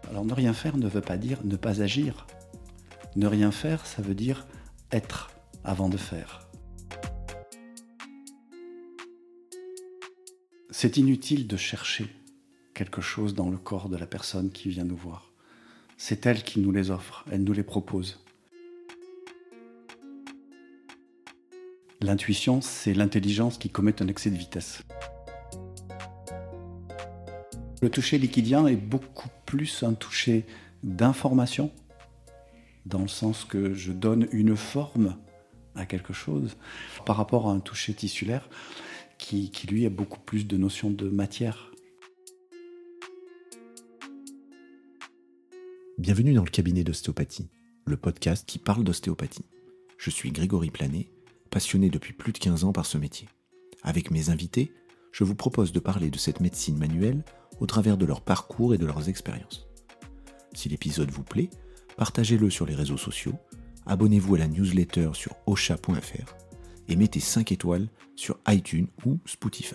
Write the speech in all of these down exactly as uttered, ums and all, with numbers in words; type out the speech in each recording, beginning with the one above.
Alors ne rien faire ne veut pas dire ne pas agir. Ne rien faire, ça veut dire être avant de faire. C'est inutile de chercher quelque chose dans le corps de la personne qui vient nous voir. C'est elle qui nous les offre, elle nous les propose. L'intuition, c'est l'intelligence qui commet un excès de vitesse. Le toucher liquidien est beaucoup plus un toucher d'information, dans le sens que je donne une forme à quelque chose, par rapport à un toucher tissulaire qui, qui lui a beaucoup plus de notions de matière. Bienvenue dans le cabinet d'ostéopathie, le podcast qui parle d'ostéopathie. Je suis Grégory Planet, passionné depuis plus de quinze ans par ce métier. Avec mes invités, je vous propose de parler de cette médecine manuelle au travers de leur parcours et de leurs expériences. Si l'épisode vous plaît, partagez-le sur les réseaux sociaux, abonnez-vous à la newsletter sur osha point f r et mettez cinq étoiles sur iTunes ou Spotify.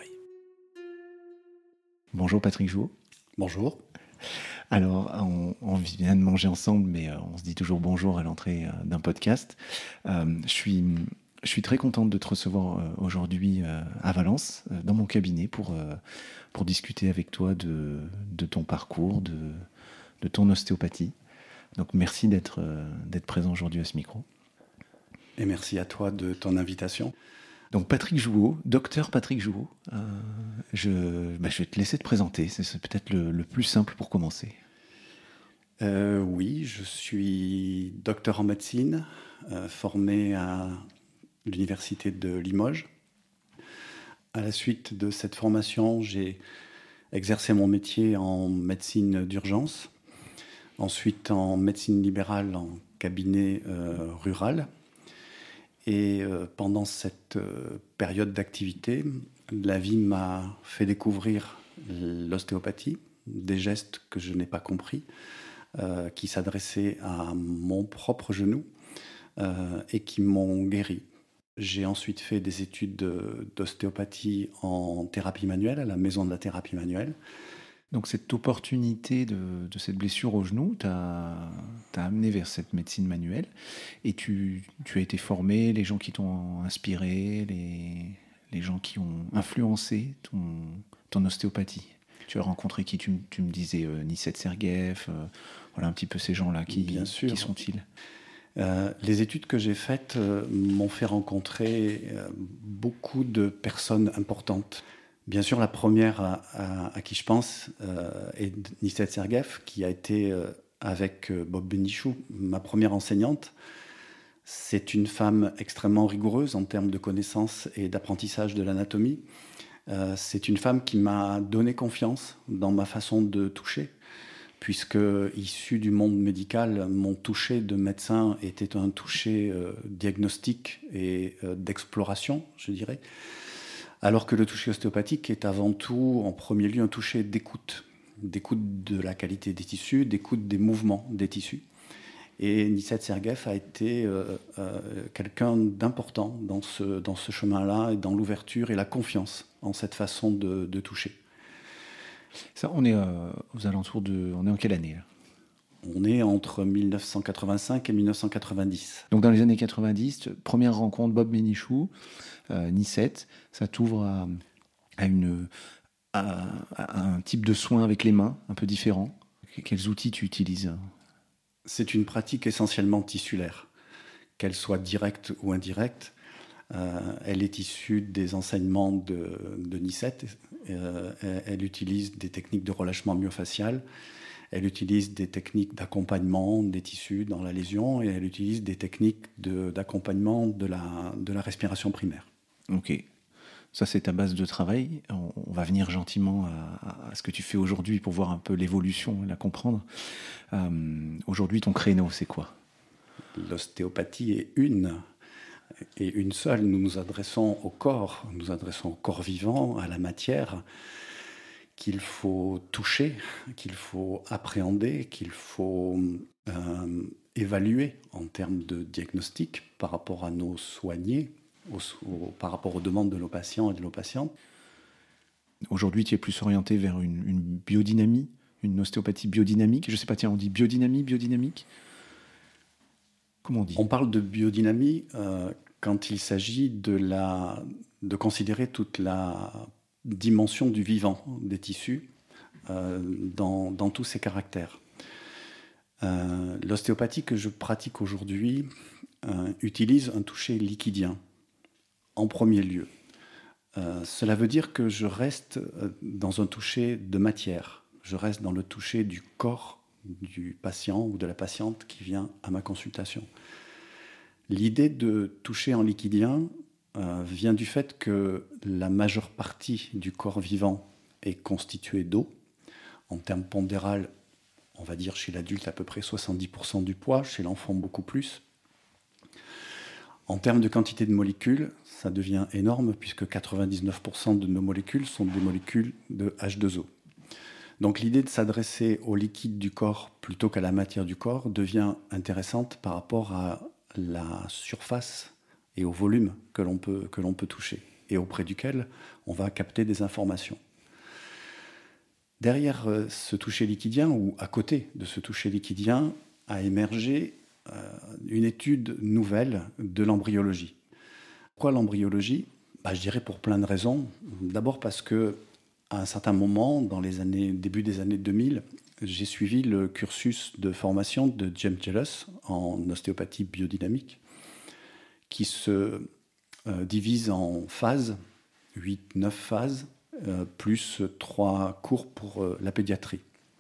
Bonjour Patrick Jouot. Bonjour. Alors, on, on vient de manger ensemble, mais on se dit toujours bonjour à l'entrée d'un podcast. Euh, je suis... Je suis très contente de te recevoir aujourd'hui à Valence, dans mon cabinet, pour, pour discuter avec toi de, de ton parcours, de, de ton ostéopathie. Donc merci d'être, d'être présent aujourd'hui à ce micro. Et merci à toi de ton invitation. Donc Patrick Jouot, docteur Patrick Jouot, euh, je, bah, je vais te laisser te présenter, c'est, c'est peut-être le, le plus simple pour commencer. Euh, oui, je suis docteur en médecine, euh, formé à l'université de Limoges. À la suite de cette formation, j'ai exercé mon métier en médecine d'urgence, ensuite en médecine libérale en cabinet euh, rural. Et euh, pendant cette euh, période d'activité, la vie m'a fait découvrir l'ostéopathie, des gestes que je n'ai pas compris, euh, qui s'adressaient à mon propre genou euh, et qui m'ont guéri. J'ai ensuite fait des études de, d'ostéopathie en thérapie manuelle, à la maison de la thérapie manuelle. Donc cette opportunité de, de cette blessure au genou t'a, t'a amené vers cette médecine manuelle et tu, tu as été formé, les gens qui t'ont inspiré, les, les gens qui ont influencé ton, ton ostéopathie. Tu as rencontré qui, tu, tu me disais, euh, Nicette Sergueff, euh, voilà un petit peu ces gens-là, qui, Bien sûr. Qui sont-ils ? Euh, les études que j'ai faites euh, m'ont fait rencontrer euh, beaucoup de personnes importantes. Bien sûr, la première à, à, à qui je pense euh, est Nicette Sergueff, qui a été, euh, avec euh, Bob Benichou, ma première enseignante. C'est une femme extrêmement rigoureuse en termes de connaissances et d'apprentissage de l'anatomie. Euh, c'est une femme qui m'a donné confiance dans ma façon de toucher, puisque, issu du monde médical, mon toucher de médecin était un toucher euh, diagnostique et euh, d'exploration, je dirais, alors que le toucher ostéopathique est avant tout, en premier lieu, un toucher d'écoute, d'écoute de la qualité des tissus, d'écoute des mouvements des tissus. Et Nicette Sergueff a été euh, euh, quelqu'un d'important dans ce, dans ce chemin-là, et dans l'ouverture et la confiance en cette façon de, de toucher. Ça, on est euh, aux alentours de... On est en quelle année là ? On est entre dix-neuf cent quatre-vingt-cinq et dix-neuf cent quatre-vingt-dix. Donc dans les années quatre-vingt-dix, première rencontre, Bob Benichou, euh, Nicette, ça t'ouvre à, à, une, à, à un type de soin avec les mains un peu différent. Quels outils tu utilises ? C'est une pratique essentiellement tissulaire, qu'elle soit directe ou indirecte. Euh, elle est issue des enseignements de, de Nicette. Euh, elle, elle utilise des techniques de relâchement myofacial, elle utilise des techniques d'accompagnement des tissus dans la lésion et elle utilise des techniques de, d'accompagnement de la, de la respiration primaire. Ok, ça c'est ta base de travail. On, on va venir gentiment à, à ce que tu fais aujourd'hui pour voir un peu l'évolution et la comprendre. Euh, aujourd'hui, ton créneau, c'est quoi ? L'ostéopathie est une. Et une seule, nous nous adressons au corps, nous nous adressons au corps vivant, à la matière, qu'il faut toucher, qu'il faut appréhender, qu'il faut euh, évaluer en termes de diagnostic par rapport à nos soignés, au, au, par rapport aux demandes de nos patients et de nos patientes. Aujourd'hui, tu es plus orienté vers une, une biodynamie, une ostéopathie biodynamique. Je ne sais pas, tiens, on dit biodynamie, biodynamique. Comment on dit ? On parle de biodynamie euh, quand il s'agit de, la, de considérer toute la dimension du vivant, des tissus, euh, dans, dans tous ses caractères. Euh, l'ostéopathie que je pratique aujourd'hui euh, utilise un toucher liquidien, en premier lieu. Euh, cela veut dire que je reste dans un toucher de matière. Je reste dans le toucher du corps du patient ou de la patiente qui vient à ma consultation. L'idée de toucher en liquidien euh, vient du fait que la majeure partie du corps vivant est constituée d'eau. En termes pondéral, on va dire chez l'adulte à peu près soixante-dix pour cent du poids, chez l'enfant beaucoup plus. En termes de quantité de molécules, ça devient énorme puisque quatre-vingt-dix-neuf pour cent de nos molécules sont des molécules de H deux O. Donc l'idée de s'adresser au liquide du corps plutôt qu'à la matière du corps devient intéressante par rapport à la surface et au volume que l'on peut, que l'on peut toucher et auprès duquel on va capter des informations. Derrière ce toucher liquidien, ou à côté de ce toucher liquidien, a émergé euh, une étude nouvelle de l'embryologie. Pourquoi l'embryologie ? Bah, je dirais pour plein de raisons. D'abord parce que à un certain moment, dans les années, début des années deux mille, j'ai suivi le cursus de formation de James Jealous en ostéopathie biodynamique, qui se euh, divise en phases, huit neuf phases, euh, plus trois cours pour euh, la pédiatrie.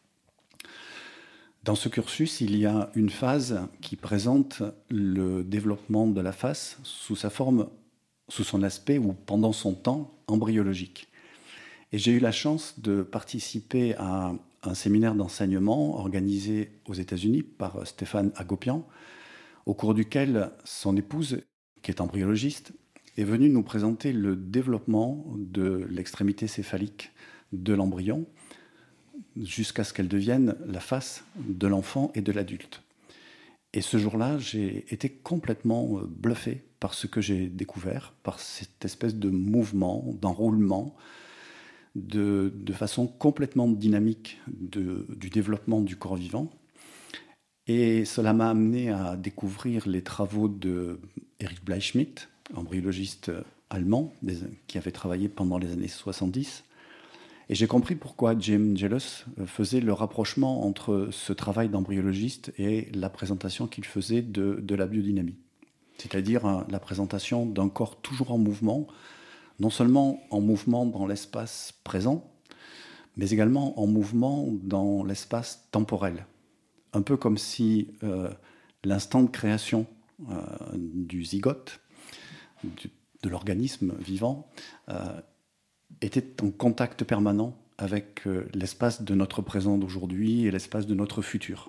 Dans ce cursus, il y a une phase qui présente le développement de la face sous sa forme, sous son aspect ou pendant son temps embryologique. Et j'ai eu la chance de participer à un séminaire d'enseignement organisé aux États-Unis par Stéphane Agopian, au cours duquel son épouse, qui est embryologiste, est venue nous présenter le développement de l'extrémité céphalique de l'embryon jusqu'à ce qu'elle devienne la face de l'enfant et de l'adulte. Et ce jour-là, j'ai été complètement bluffé par ce que j'ai découvert, par cette espèce de mouvement, d'enroulement, De, de façon complètement dynamique de, du développement du corps vivant. Et cela m'a amené à découvrir les travaux de Erich Bleichschmidt, embryologiste allemand, des, qui avait travaillé pendant les années soixante-dix. Et j'ai compris pourquoi James Jealous faisait le rapprochement entre ce travail d'embryologiste et la présentation qu'il faisait de, de la biodynamie. C'est-à-dire hein, la présentation d'un corps toujours en mouvement, non seulement en mouvement dans l'espace présent, mais également en mouvement dans l'espace temporel. Un peu comme si euh, l'instant de création euh, du zygote, du, de l'organisme vivant, euh, était en contact permanent avec euh, l'espace de notre présent d'aujourd'hui et l'espace de notre futur.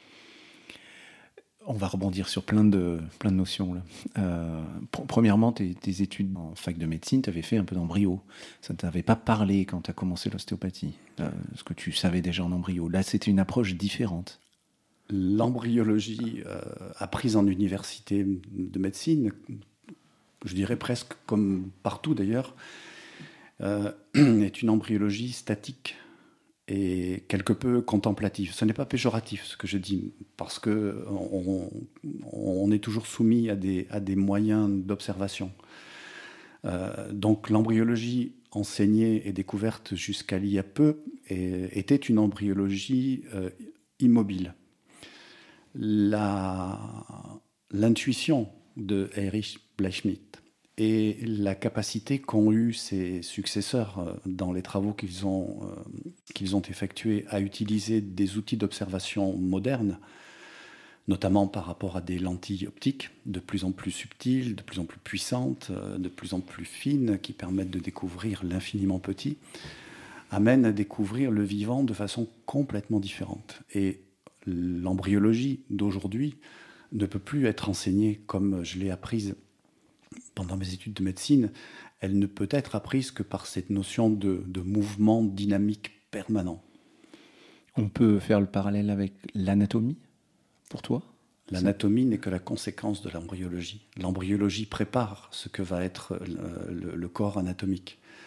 On va rebondir sur plein de, plein de notions. Là. Euh, pr- premièrement, tes, tes études en fac de médecine, tu avais fait un peu d'embryo. Ça ne t'avait pas parlé quand tu as commencé l'ostéopathie, euh, ce que tu savais déjà en embryo. Là, c'était une approche différente. L'embryologie euh, apprise en université de médecine, je dirais presque comme partout d'ailleurs, euh, est une embryologie statique et quelque peu contemplative. Ce n'est pas péjoratif ce que je dis, parce qu'on on est toujours soumis à des, à des moyens d'observation. Euh, donc l'embryologie enseignée et découverte jusqu'à il y a peu et, était une embryologie euh, immobile. La, l'intuition de Erich Bleichschmidt et la capacité qu'ont eu ses successeurs dans les travaux qu'ils ont, euh, qu'ils ont effectués à utiliser des outils d'observation modernes, notamment par rapport à des lentilles optiques de plus en plus subtiles, de plus en plus puissantes, de plus en plus fines, qui permettent de découvrir l'infiniment petit, amènent à découvrir le vivant de façon complètement différente. Et l'embryologie d'aujourd'hui ne peut plus être enseignée comme je l'ai apprise pendant mes études de médecine. Elle ne peut être apprise que par cette notion de, de mouvement dynamique permanent. On peut faire le parallèle avec l'anatomie, pour toi ? L'anatomie n'est que la conséquence de l'embryologie. L'embryologie prépare ce que va être le, le, le corps anatomique.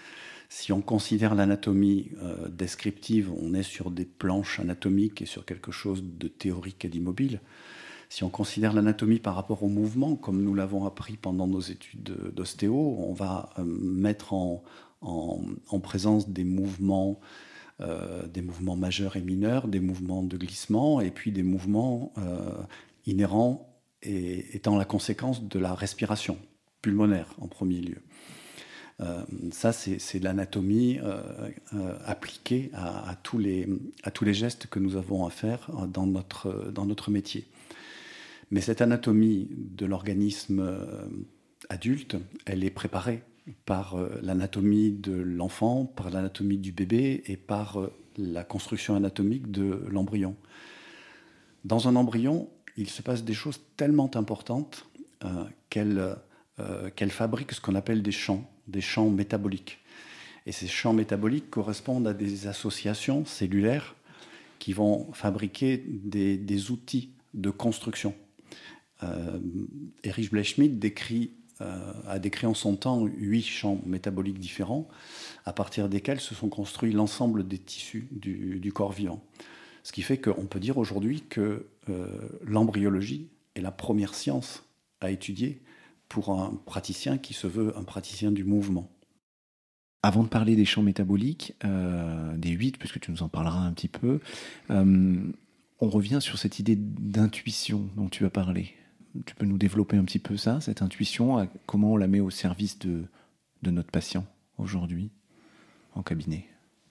Si on considère l'anatomie euh, descriptive, on est sur des planches anatomiques et sur quelque chose de théorique et d'immobile. Si on considère l'anatomie par rapport au mouvement, comme nous l'avons appris pendant nos études d'ostéo, on va euh, mettre en, en, en présence des mouvements, euh, des mouvements majeurs et mineurs, des mouvements de glissement, et puis des mouvements euh, inhérents et étant la conséquence de la respiration pulmonaire en premier lieu. Euh, ça, c'est, c'est l'anatomie euh, euh, appliquée à, à, tous les, à tous les gestes que nous avons à faire dans notre, dans notre métier. Mais cette anatomie de l'organisme euh, adulte, elle est préparée par euh, l'anatomie de l'enfant, par l'anatomie du bébé et par euh, la construction anatomique de l'embryon. Dans un embryon, il se passe des choses tellement importantes euh, qu'elle, euh, qu'elle fabrique ce qu'on appelle des champs, des champs métaboliques. Et ces champs métaboliques correspondent à des associations cellulaires qui vont fabriquer des, des outils de construction. Euh, Erich Blechschmidt décrit, euh, a décrit en son temps huit champs métaboliques différents, à partir desquels se sont construits l'ensemble des tissus du, du corps vivant. Ce qui fait qu'on peut dire aujourd'hui que euh, l'embryologie est la première science à étudier pour un praticien qui se veut un praticien du mouvement. Avant de parler des champs métaboliques, euh, des huit, puisque tu nous en parleras un petit peu, euh, on revient sur cette idée d'intuition dont tu as parlé. Tu peux nous développer un petit peu ça, cette intuition, comment on la met au service de, de notre patient aujourd'hui en cabinet?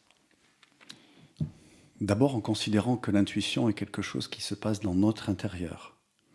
D'abord en considérant que l'intuition est quelque chose qui se passe dans notre intérieur,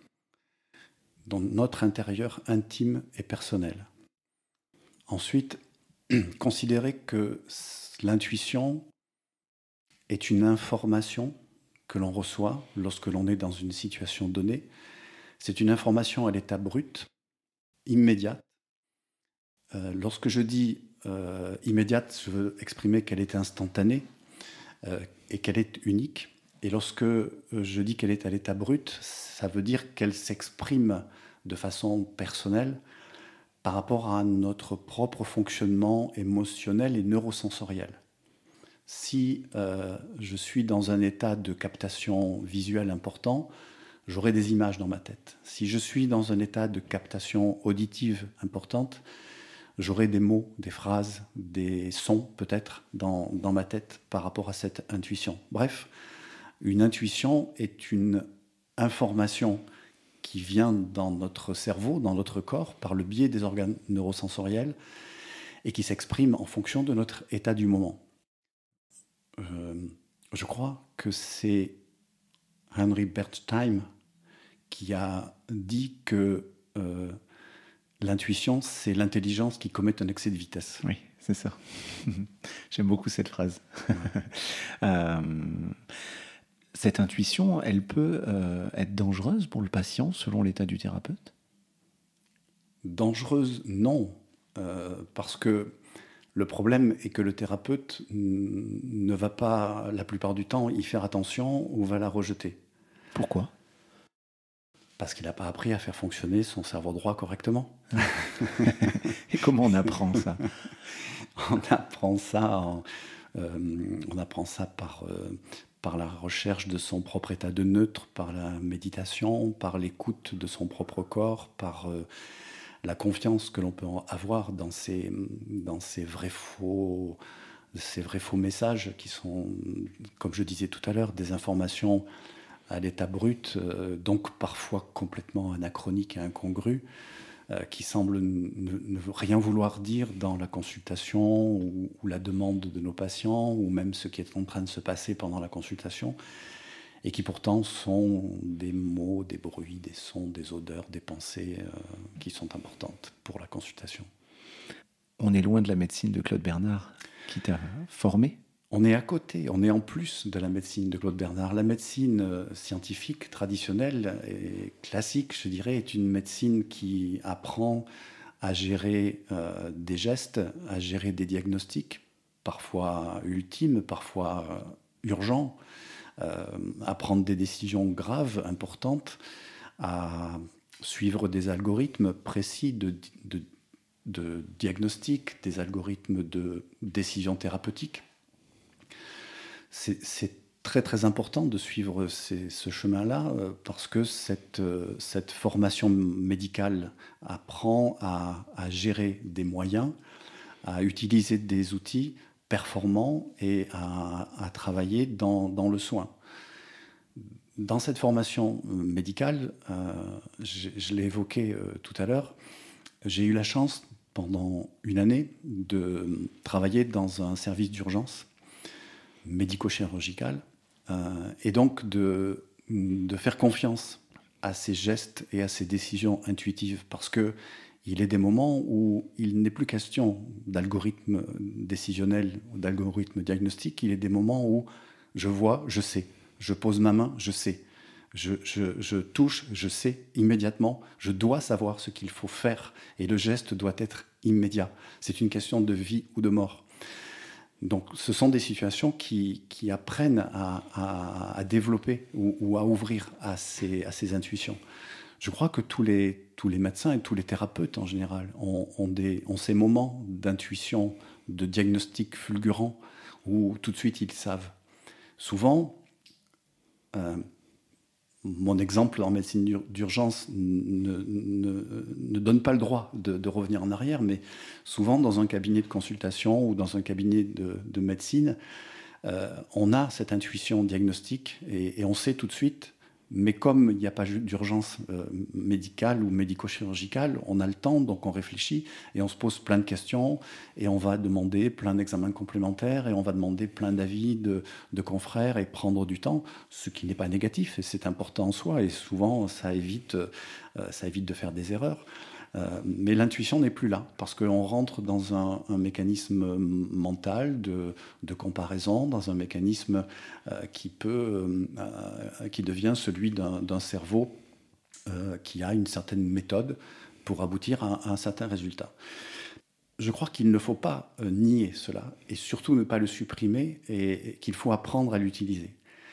dans notre intérieur intime et personnel. Ensuite, considérer que l'intuition est une information que l'on reçoit lorsque l'on est dans une situation donnée. C'est une information à l'état brut, immédiate. Euh, lorsque je dis euh, immédiate, je veux exprimer qu'elle est instantanée euh, et qu'elle est unique. Et lorsque je dis qu'elle est à l'état brut, ça veut dire qu'elle s'exprime de façon personnelle par rapport à notre propre fonctionnement émotionnel et neurosensoriel. Si euh, je suis dans un état de captation visuelle important, j'aurai des images dans ma tête. Si je suis dans un état de captation auditive importante, j'aurai des mots, des phrases, des sons peut-être dans, dans ma tête par rapport à cette intuition. Bref, une intuition est une information qui vient dans notre cerveau, dans notre corps, par le biais des organes neurosensoriels et qui s'exprime en fonction de notre état du moment. Euh, je crois que c'est Henry Bergheim qui a dit que euh, l'intuition, c'est l'intelligence qui commet un excès de vitesse. Oui, c'est ça. J'aime beaucoup cette phrase. Ouais. euh, cette intuition, elle peut euh, être dangereuse pour le patient selon l'état du thérapeute ? Dangereuse, non. Euh, parce que le problème est que le thérapeute ne va pas, la plupart du temps, y faire attention ou va la rejeter. Pourquoi ? Parce qu'il n'a pas appris à faire fonctionner son cerveau droit correctement. Et comment on apprend ça ? On apprend ça, en, euh, on apprend ça par, euh, par la recherche de son propre état de neutre, par la méditation, par l'écoute de son propre corps, par euh, la confiance que l'on peut avoir dans ces, dans ces vrais faux, ces vrais faux messages qui sont, comme je disais tout à l'heure, des informations à l'état brut, euh, donc parfois complètement anachroniques et incongrues, euh, qui semblent ne, ne rien vouloir dire dans la consultation ou, ou la demande de nos patients, ou même ce qui est en train de se passer pendant la consultation, et qui pourtant sont des mots, des bruits, des sons, des odeurs, des pensées euh, qui sont importantes pour la consultation. On est loin de la médecine de Claude Bernard, qui t'a formé ? On est à côté, on est en plus de la médecine de Claude Bernard. La médecine euh, scientifique, traditionnelle et classique, je dirais, est une médecine qui apprend à gérer euh, des gestes, à gérer des diagnostics, parfois ultimes, parfois euh, urgents, euh, à prendre des décisions graves, importantes, à suivre des algorithmes précis de, de de diagnostic, des algorithmes de décision thérapeutique. C'est, c'est très très important de suivre ces, ce chemin-là euh, parce que cette, euh, cette formation médicale apprend à, à gérer des moyens, à utiliser des outils performants et à, à travailler dans, dans le soin. Dans cette formation médicale, euh, je, je l'ai évoqué euh, tout à l'heure, j'ai eu la chance pendant une année de travailler dans un service d'urgence médico-chirurgical euh, et donc de, de faire confiance à ces gestes et à ces décisions intuitives parce qu'il est des moments où il n'est plus question d'algorithme décisionnel ou d'algorithme diagnostique, il est des moments où je vois, je sais, je pose ma main, je sais, je, je, je touche, je sais immédiatement, je dois savoir ce qu'il faut faire et le geste doit être immédiat. C'est une question de vie ou de mort. Donc, ce sont des situations qui, qui apprennent à, à, à développer ou, ou à ouvrir à ces, à ces intuitions. Je crois que tous les, tous les médecins et tous les thérapeutes en général ont, ont, des, ont ces moments d'intuition, de diagnostic fulgurant où tout de suite ils savent. Souvent, euh, mon exemple en médecine d'urgence ne, ne, ne donne pas le droit de, de revenir en arrière, mais souvent dans un cabinet de consultation ou dans un cabinet de, de médecine, euh, on a cette intuition diagnostique et, et on sait tout de suite, mais comme il n'y a pas d'urgence euh, médicale ou médico-chirurgicale, on a le temps, donc on réfléchit et on se pose plein de questions et on va demander plein d'examens complémentaires et on va demander plein d'avis de, de confrères et prendre du temps, ce qui n'est pas négatif et c'est important en soi et souvent ça évite, euh, ça évite de faire des erreurs. Euh, mais l'intuition n'est plus là, parce qu'on rentre dans un, un mécanisme mental de, de comparaison, dans un mécanisme euh, qui, peut, euh, qui devient celui d'un, d'un cerveau euh, qui a une certaine méthode pour aboutir à, à un certain résultat. Je crois qu'il ne faut pas euh, nier cela, et surtout ne pas le supprimer, et, et qu'il faut apprendre à l'utiliser.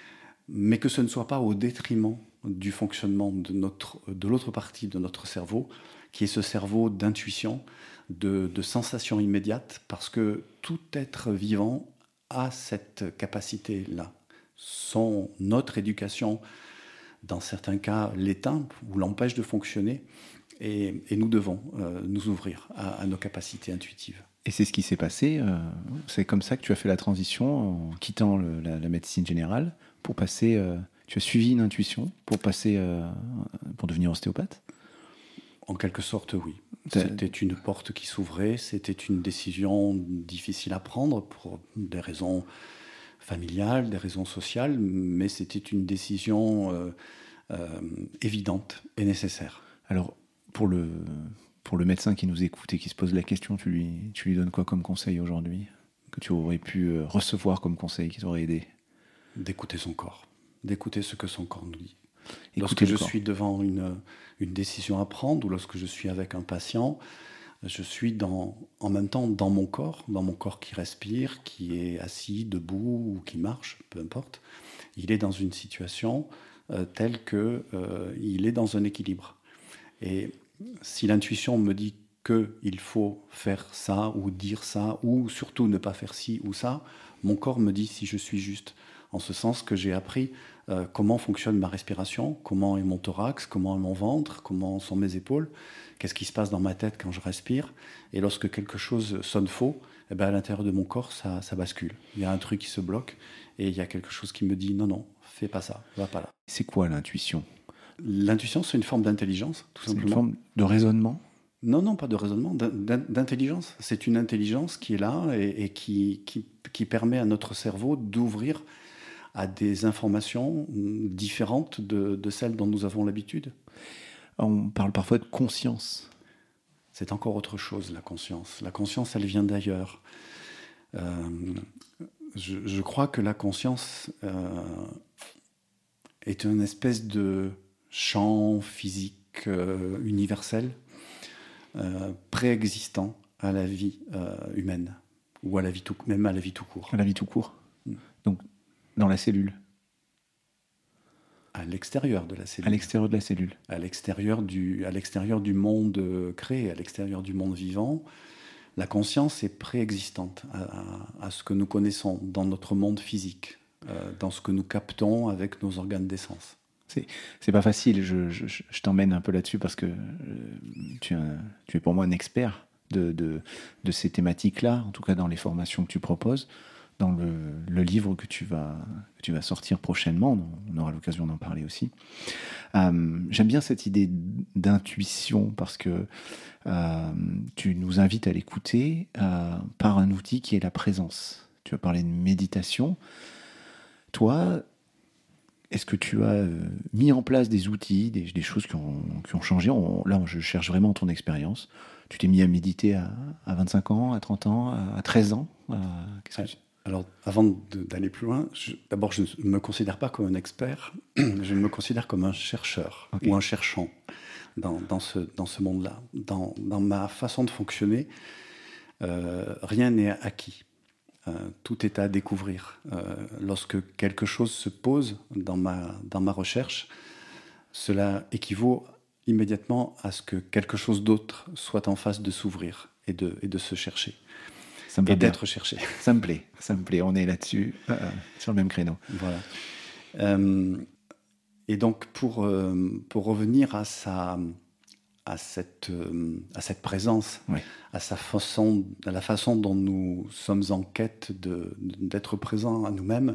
Mais que ce ne soit pas au détriment du fonctionnement de, notre, de l'autre partie de notre cerveau, qui est ce cerveau d'intuition, de, de sensation immédiate, parce que tout être vivant a cette capacité-là. Son, notre éducation, dans certains cas, l'éteint ou l'empêche de fonctionner, et, et nous devons euh, nous ouvrir à, à nos capacités intuitives. Et c'est ce qui s'est passé, euh, c'est comme ça que tu as fait la transition en quittant le, la, la médecine générale pour passer, euh, tu as suivi une intuition pour passer, euh, pour devenir ostéopathe ? En quelque sorte, oui. C'était une porte qui s'ouvrait, c'était une décision difficile à prendre pour des raisons familiales, des raisons sociales, mais c'était une décision euh, euh, évidente et nécessaire. Alors, pour le, pour le médecin qui nous écoute et qui se pose la question, tu lui, tu lui donnes quoi comme conseil aujourd'hui, que tu aurais pu recevoir comme conseil qui t'aurait aidé ? D'écouter son corps, d'écouter ce que son corps nous dit. Écoutez lorsque je corps. suis devant une, une décision à prendre ou lorsque je suis avec un patient, je suis dans, en même temps dans mon corps, dans mon corps qui respire, qui est assis, debout ou qui marche, peu importe. Il est dans une situation euh, telle qu'il euh, est dans un équilibre. Et si l'intuition me dit qu'il faut faire ça ou dire ça, ou surtout ne pas faire ci ou ça, mon corps me dit si je suis juste. En ce sens que j'ai appris euh, comment fonctionne ma respiration, comment est mon thorax, comment est mon ventre, comment sont mes épaules, qu'est-ce qui se passe dans ma tête quand je respire. Et lorsque quelque chose sonne faux, eh ben à l'intérieur de mon corps, ça, ça bascule. Il y a un truc qui se bloque et il y a quelque chose qui me dit non, non, fais pas ça, va pas là. C'est quoi l'intuition ? L'intuition, c'est une forme d'intelligence, tout simplement. C'est une forme de raisonnement ? Non, non, pas de raisonnement, d'intelligence. C'est une intelligence qui est là et, et qui, qui, qui permet à notre cerveau d'ouvrir à des informations différentes de, de celles dont nous avons l'habitude. On parle parfois de conscience. C'est encore autre chose, la conscience. La conscience, elle vient d'ailleurs. Euh, je, je crois que la conscience euh, est une espèce de champ physique euh, universel, euh, préexistant à la vie euh, humaine, ou à la vie tout, même à la vie tout court. À la vie tout court. Mm. Donc, dans la cellule. À à l'extérieur de la cellule. À l'extérieur de la cellule. À l'extérieur du, à l'extérieur du monde créé, à l'extérieur du monde vivant. La conscience est préexistante à, à, à ce que nous connaissons dans notre monde physique, euh, dans ce que nous captons avec nos organes d'essence. C'est, c'est pas facile, je, je, je t'emmène un peu là-dessus parce que euh, tu, tu es pour moi un expert de, de, de ces thématiques-là, en tout cas dans les formations que tu proposes, dans le, le livre que tu, vas, que tu vas sortir prochainement, on aura l'occasion d'en parler aussi. Euh, j'aime bien cette idée d'intuition parce que euh, tu nous invites à l'écouter euh, par un outil qui est la présence. Tu as parlé de méditation. Toi, est-ce que tu as euh, mis en place des outils, des, des choses qui ont, qui ont changé? On, là, je cherche vraiment ton expérience. Tu t'es mis à méditer à, à vingt-cinq ans, à trente ans, à, à treize ans à, qu'est-ce que tu... Alors, avant de, d'aller plus loin, je, d'abord, je ne me considère pas comme un expert, je me considère comme un chercheur, okay, ou un cherchant dans, dans, ce, dans ce monde-là. Dans, dans ma façon de fonctionner, euh, rien n'est acquis. Euh, tout est à découvrir. Euh, lorsque quelque chose se pose dans ma, dans ma recherche, cela équivaut immédiatement à ce que quelque chose d'autre soit en face de s'ouvrir et de, et de se chercher. Ça me et bien. d'être cherché. Ça me plaît, ça me plaît. On est là-dessus, euh, sur le même créneau. Voilà. Euh, et donc, pour, euh, pour revenir à sa... À cette, euh, à cette présence, oui, à, sa façon, à la façon dont nous sommes en quête de, de, d'être présents à nous-mêmes.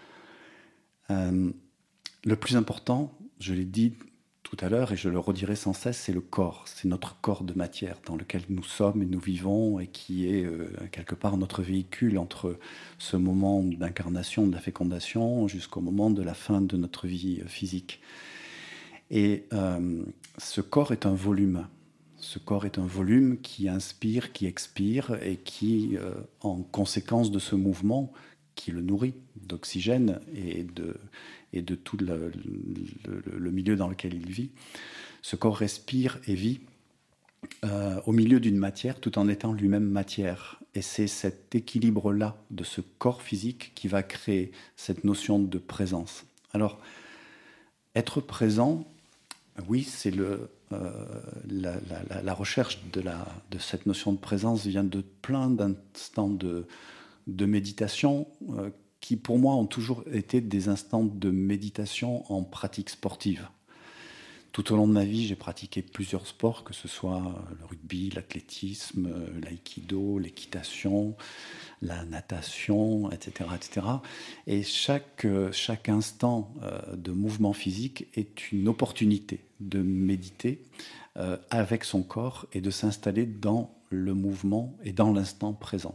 Euh, le plus important, je l'ai dit tout à l'heure et je le redirai sans cesse, c'est le corps. C'est notre corps de matière dans lequel nous sommes et nous vivons et qui est euh, quelque part notre véhicule entre ce moment d'incarnation, de la fécondation, jusqu'au moment de la fin de notre vie physique. Et euh, ce corps est un volume. Ce corps est un volume qui inspire, qui expire et qui, euh, en conséquence de ce mouvement, qui le nourrit d'oxygène et de, et de tout le, le, le milieu dans lequel il vit, ce corps respire et vit euh, au milieu d'une matière tout en étant lui-même matière. Et c'est cet équilibre-là de ce corps physique qui va créer cette notion de présence. Alors, être présent, oui, c'est le, euh, la, la, la recherche de, la, de cette notion de présence vient de plein d'instants de, de méditation euh, qui, pour moi, ont toujours été des instants de méditation en pratique sportive. Tout au long de ma vie, j'ai pratiqué plusieurs sports, que ce soit le rugby, l'athlétisme, l'aïkido, l'équitation, la natation, et cetera, et cetera. Et chaque, chaque instant euh, de mouvement physique est une opportunité de méditer euh, avec son corps et de s'installer dans le mouvement et dans l'instant présent.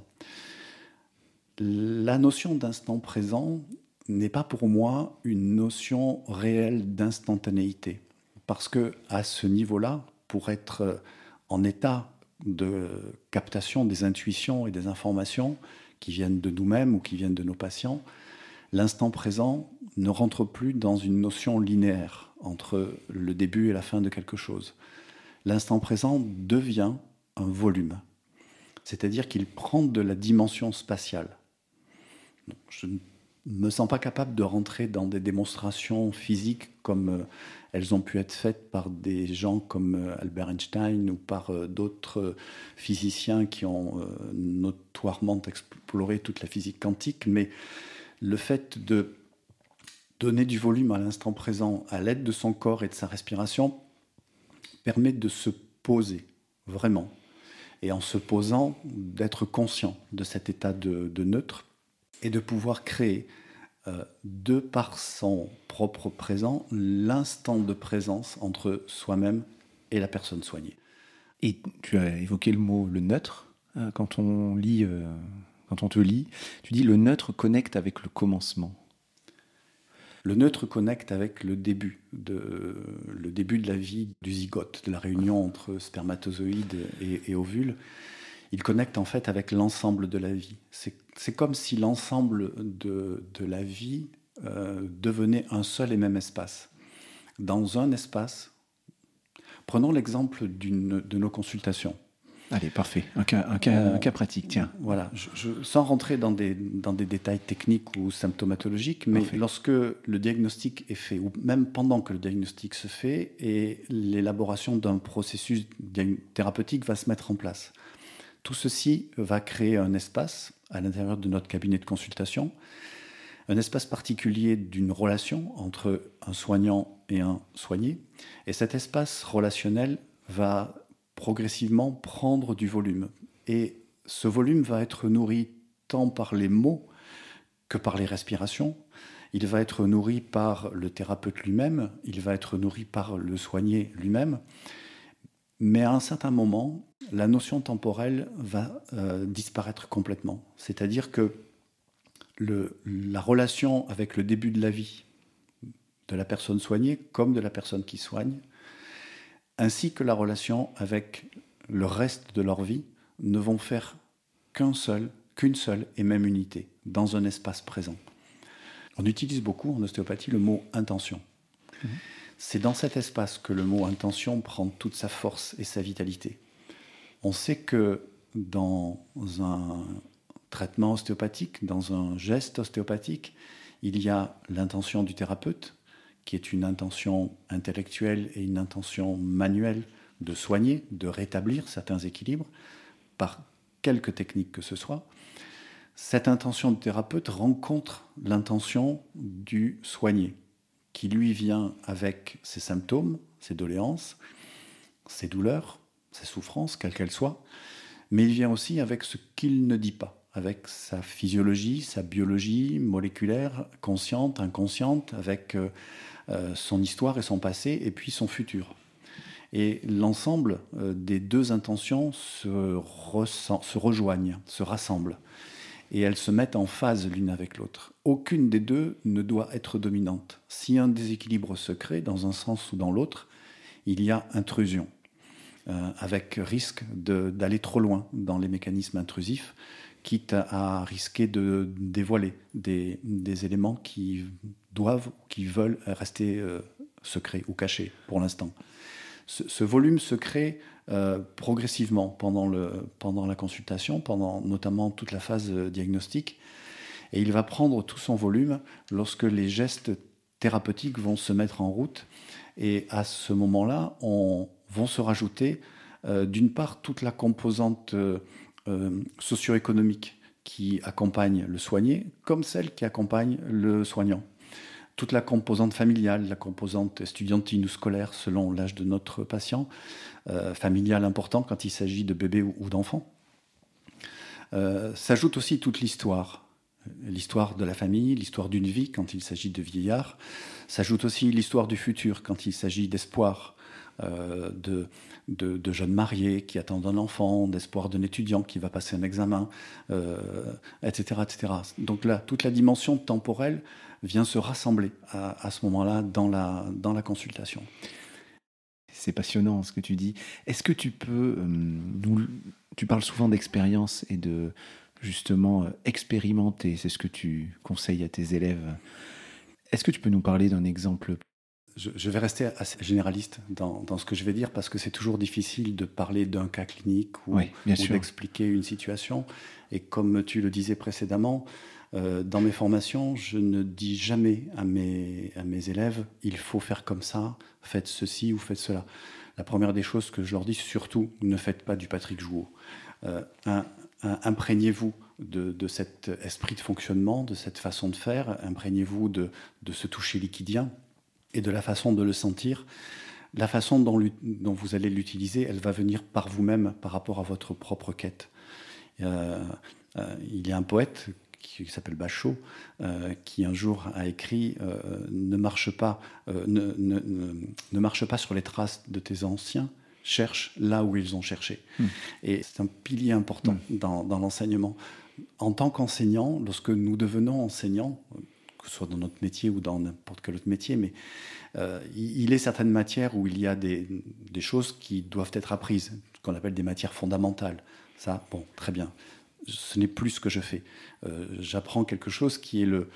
La notion d'instant présent n'est pas pour moi une notion réelle d'instantanéité. Parce qu'à ce niveau-là, pour être en état de captation des intuitions et des informations qui viennent de nous-mêmes ou qui viennent de nos patients, l'instant présent ne rentre plus dans une notion linéaire entre le début et la fin de quelque chose. L'instant présent devient un volume, c'est-à-dire qu'il prend de la dimension spatiale. Je ne me sens pas capable de rentrer dans des démonstrations physiques comme elles ont pu être faites par des gens comme Albert Einstein ou par d'autres physiciens qui ont notoirement exploré toute la physique quantique, mais le fait de donner du volume à l'instant présent à l'aide de son corps et de sa respiration permet de se poser vraiment, et en se posant d'être conscient de cet état de, de neutre et de pouvoir créer Euh, de par son propre présent, l'instant de présence entre soi-même et la personne soignée. Et tu as évoqué le mot le neutre. Euh, quand on lit, euh, quand on te lit, tu dis le neutre connecte avec le commencement. Le neutre connecte avec le début, de, le début de la vie du zygote, de la réunion entre spermatozoïde et, et ovule. Il connecte en fait avec l'ensemble de la vie. C'est, c'est comme si l'ensemble de, de la vie euh, devenait un seul et même espace. Dans un espace, prenons l'exemple d'une, de nos consultations. Allez, parfait. Un cas, un cas, euh, un cas pratique, tiens. Voilà, je, je, sans rentrer dans des, dans des détails techniques ou symptomatologiques, mais parfait. Lorsque le diagnostic est fait, ou même pendant que le diagnostic se fait, et l'élaboration d'un processus thérapeutique va se mettre en place. Tout ceci va créer un espace à l'intérieur de notre cabinet de consultation, un espace particulier d'une relation entre un soignant et un soigné. Et cet espace relationnel va progressivement prendre du volume. Et ce volume va être nourri tant par les mots que par les respirations. Il va être nourri par le thérapeute lui-même, il va être nourri par le soigné lui-même. Mais à un certain moment, la notion temporelle va euh, disparaître complètement. C'est-à-dire que le, la relation avec le début de la vie de la personne soignée comme de la personne qui soigne, ainsi que la relation avec le reste de leur vie, ne vont faire qu'un seul, qu'une seule et même unité, dans un espace présent. On utilise beaucoup en ostéopathie le mot intention. Mmh. C'est dans cet espace que le mot intention prend toute sa force et sa vitalité. On sait que dans un traitement ostéopathique, dans un geste ostéopathique, il y a l'intention du thérapeute, qui est une intention intellectuelle et une intention manuelle de soigner, de rétablir certains équilibres, par quelque technique que ce soit. Cette intention du thérapeute rencontre l'intention du soigné, qui lui vient avec ses symptômes, ses doléances, ses douleurs, ses souffrances, quelles qu'elles soient, mais il vient aussi avec ce qu'il ne dit pas, avec sa physiologie, sa biologie moléculaire, consciente, inconsciente, avec euh, euh, son histoire et son passé, et puis son futur. Et l'ensemble euh, des deux intentions se, ressent, se rejoignent, se rassemblent, et elles se mettent en phase l'une avec l'autre. Aucune des deux ne doit être dominante. Si un déséquilibre se crée dans un sens ou dans l'autre, il y a intrusion, euh, avec risque de, d'aller trop loin dans les mécanismes intrusifs, quitte à, à risquer de dévoiler des, des éléments qui doivent, qui veulent rester euh, secrets ou cachés pour l'instant. Ce, ce volume se crée euh, progressivement pendant, le, pendant la consultation, pendant notamment toute la phase diagnostique, et il va prendre tout son volume lorsque les gestes thérapeutiques vont se mettre en route, et à ce moment-là, on vont se rajouter euh, d'une part toute la composante euh, euh, socio-économique qui accompagne le soigné, comme celle qui accompagne le soignant. Toute la composante familiale, la composante estudiantine ou scolaire selon l'âge de notre patient, euh, familiale important quand il s'agit de bébés ou, ou d'enfants. Euh, s'ajoute aussi toute l'histoire, l'histoire de la famille, l'histoire d'une vie quand il s'agit de vieillards. S'ajoute aussi l'histoire du futur quand il s'agit d'espoir, euh, de, de, de jeunes mariés qui attendent un enfant, d'espoir d'un étudiant qui va passer un examen, euh, et cetera, et cetera. Donc là, toute la dimension temporelle vient se rassembler à, à ce moment-là dans la, dans la consultation. C'est passionnant ce que tu dis. Est-ce que tu peux... Euh, nous, tu parles souvent d'expérience et de justement euh, expérimenter, c'est ce que tu conseilles à tes élèves. Est-ce que tu peux nous parler d'un exemple ? je, je vais rester assez généraliste dans, dans ce que je vais dire parce que c'est toujours difficile de parler d'un cas clinique ou, oui, bien ou sûr. d'expliquer une situation. Et comme tu le disais précédemment, Euh, dans mes formations, je ne dis jamais à mes, à mes élèves « il faut faire comme ça, faites ceci ou faites cela ». La première des choses que je leur dis, surtout, ne faites pas du Patrick Jouot. Euh, un, un, imprégnez-vous de, de cet esprit de fonctionnement, de cette façon de faire, imprégnez-vous de, de ce toucher liquidien et de la façon de le sentir. La façon dont, dont vous allez l'utiliser, elle va venir par vous-même par rapport à votre propre quête. Euh, euh, il y a un poète qui s'appelle Bachot, euh, qui un jour a écrit euh, ne marche pas, euh, ne, ne, ne, ne marche pas sur les traces de tes anciens, cherche là où ils ont cherché. Mmh. Et c'est un pilier important mmh. dans, dans l'enseignement. En tant qu'enseignant, lorsque nous devenons enseignants, que ce soit dans notre métier ou dans n'importe quel autre métier, mais euh, il est certaines matières où il y a des, des choses qui doivent être apprises, ce qu'on appelle des matières fondamentales. Ça, bon, très bien. Ce n'est plus ce que je fais. Euh, j'apprends quelque chose qui est, le,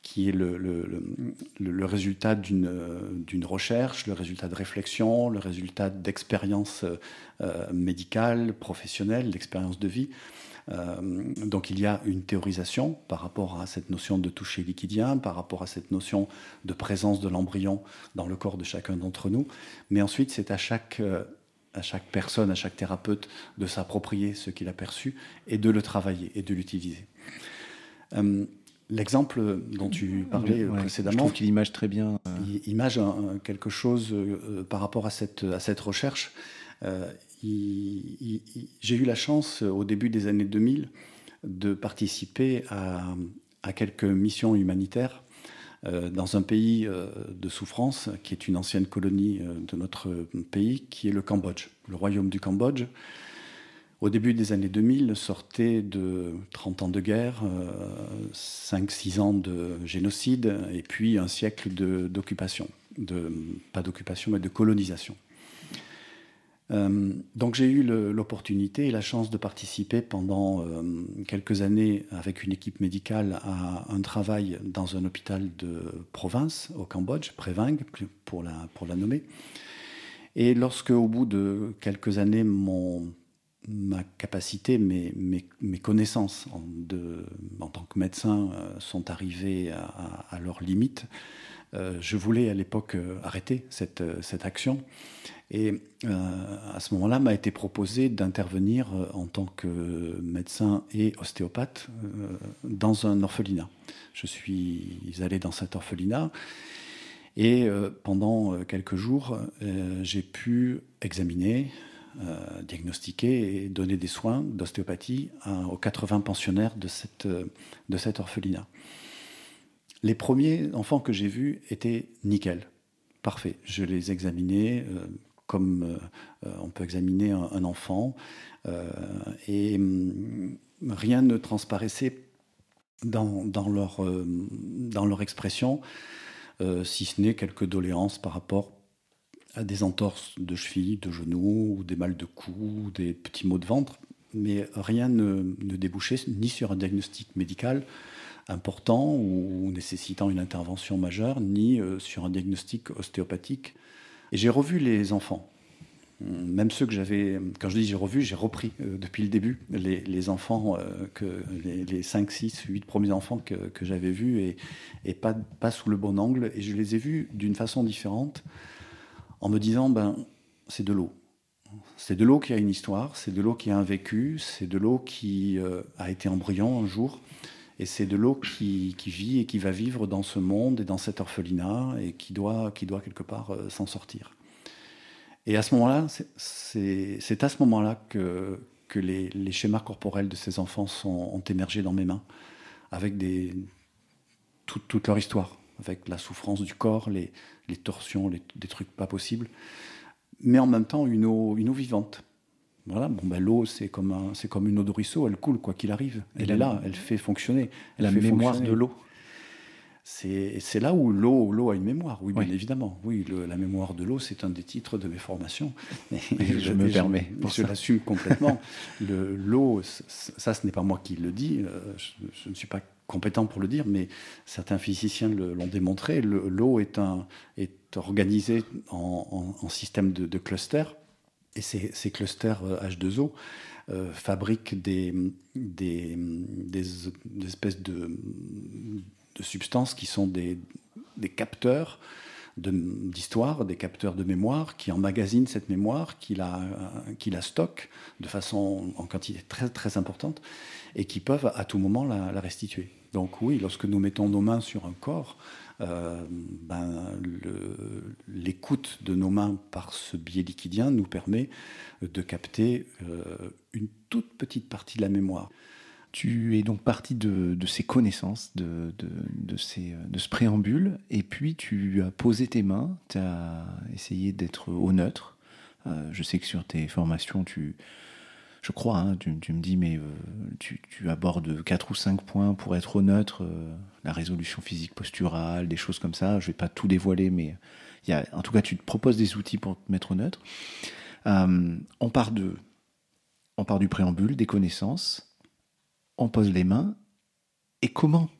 qui est le, le, le, le résultat d'une, d'une recherche, le résultat de réflexion, le résultat d'expérience euh, médicale, professionnelle, d'expérience de vie. Euh, donc il y a une théorisation par rapport à cette notion de toucher liquidien, par rapport à cette notion de présence de l'embryon dans le corps de chacun d'entre nous. Mais ensuite, c'est à chaque, euh, à chaque personne, à chaque thérapeute de s'approprier ce qu'il a perçu et de le travailler et de l'utiliser. Euh, L'exemple dont tu parlais ouais, précédemment, je trouve qu'il image très bien. Euh... Il image un, quelque chose euh, par rapport à cette, à cette recherche. Euh, il, il, il, j'ai eu la chance, au début des années deux mille, de participer à, à quelques missions humanitaires euh, dans un pays euh, de souffrance, qui est une ancienne colonie euh, de notre pays, qui est le Cambodge, le royaume du Cambodge. Au début des années deux mille, sortait de trente ans de guerre, euh, cinq six ans de génocide, et puis un siècle de, d'occupation. De, pas d'occupation, mais de colonisation. Euh, donc j'ai eu le, l'opportunité et la chance de participer pendant euh, quelques années avec une équipe médicale à un travail dans un hôpital de province au Cambodge, Prévang, pour la, pour la nommer. Et lorsque, au bout de quelques années, mon... ma capacité, mes, mes, mes connaissances en, de, en tant que médecin euh, sont arrivées à, à, à leurs limites. Euh, je voulais à l'époque euh, arrêter cette, cette action. Et euh, à ce moment-là, m'a été proposé d'intervenir euh, en tant que médecin et ostéopathe euh, dans un orphelinat. Je suis allé dans cet orphelinat et euh, pendant quelques jours, euh, j'ai pu examiner, Euh, diagnostiquer et donner des soins d'ostéopathie à, aux quatre-vingts pensionnaires de, cette, de cet orphelinat. Les premiers enfants que j'ai vus étaient nickel, parfait. Je les examinais euh, comme euh, on peut examiner un, un enfant euh, et hum, rien ne transparaissait dans, dans, leur, euh, dans leur expression, euh, si ce n'est quelques doléances par rapport à des entorses de cheville, de genoux, ou des mal de cou, ou des petits maux de ventre, mais rien ne, ne débouchait ni sur un diagnostic médical important ou nécessitant une intervention majeure, ni euh, sur un diagnostic ostéopathique. Et j'ai revu les enfants, même ceux que j'avais, quand je dis j'ai revu, j'ai repris euh, depuis le début, les, les enfants, euh, que, les, les cinq, six, huit premiers enfants que, que j'avais vus, et, et pas, pas sous le bon angle, et je les ai vus d'une façon différente, en me disant, ben, c'est de l'eau. C'est de l'eau qui a une histoire, c'est de l'eau qui a un vécu, c'est de l'eau qui euh, a été embryon un jour, et c'est de l'eau qui, qui vit et qui va vivre dans ce monde et dans cet orphelinat, et qui doit, qui doit quelque part euh, s'en sortir. Et à ce moment-là, c'est, c'est, c'est à ce moment-là que, que les, les schémas corporels de ces enfants sont, ont émergé dans mes mains, avec des, tout, toute leur histoire, avec la souffrance du corps, les, les torsions, les, des trucs pas possibles, mais en même temps une eau, une eau vivante. Voilà, bon, ben, l'eau, c'est comme, un, c'est comme une eau de ruisseau, elle coule quoi qu'il arrive. Elle et est la, là, elle fait fonctionner. Elle la fait mémoire fonctionner. de l'eau. C'est, c'est là où l'eau, l'eau a une mémoire, oui, bien oui. évidemment. Oui, le, la mémoire de l'eau, c'est un des titres de mes formations. Et je, je me permets. Je, je l'assume complètement. Le, l'eau, ça, ce n'est pas moi qui le dis, je, je ne suis pas compétent pour le dire, mais certains physiciens le, l'ont démontré. Le, l'eau est, un, est organisée en, en, en système de, de clusters, et ces, ces clusters H deux O euh, fabriquent des, des, des, des espèces de, de substances qui sont des, des capteurs de, d'histoire, des capteurs de mémoire, qui emmagasinent cette mémoire, qui la, qui la stockent de façon en quantité très, très importante, et qui peuvent à tout moment la, la restituer. Donc oui, lorsque nous mettons nos mains sur un corps, euh, ben, le, l'écoute de nos mains par ce biais liquidien nous permet de capter euh, une toute petite partie de la mémoire. Tu es donc parti de, de ces connaissances, de, de, de, ces, de ce préambule, et puis tu as posé tes mains, tu as essayé d'être au neutre. Euh, je sais que sur tes formations, tu... Je crois, hein, tu, tu me dis, mais euh, tu, tu abordes quatre ou cinq points pour être au neutre, euh, la résolution physique posturale, des choses comme ça. Je ne vais pas tout dévoiler, mais y a, en tout cas, tu te proposes des outils pour te mettre au neutre. Euh, on part de, on part du préambule, des connaissances, on pose les mains, et comment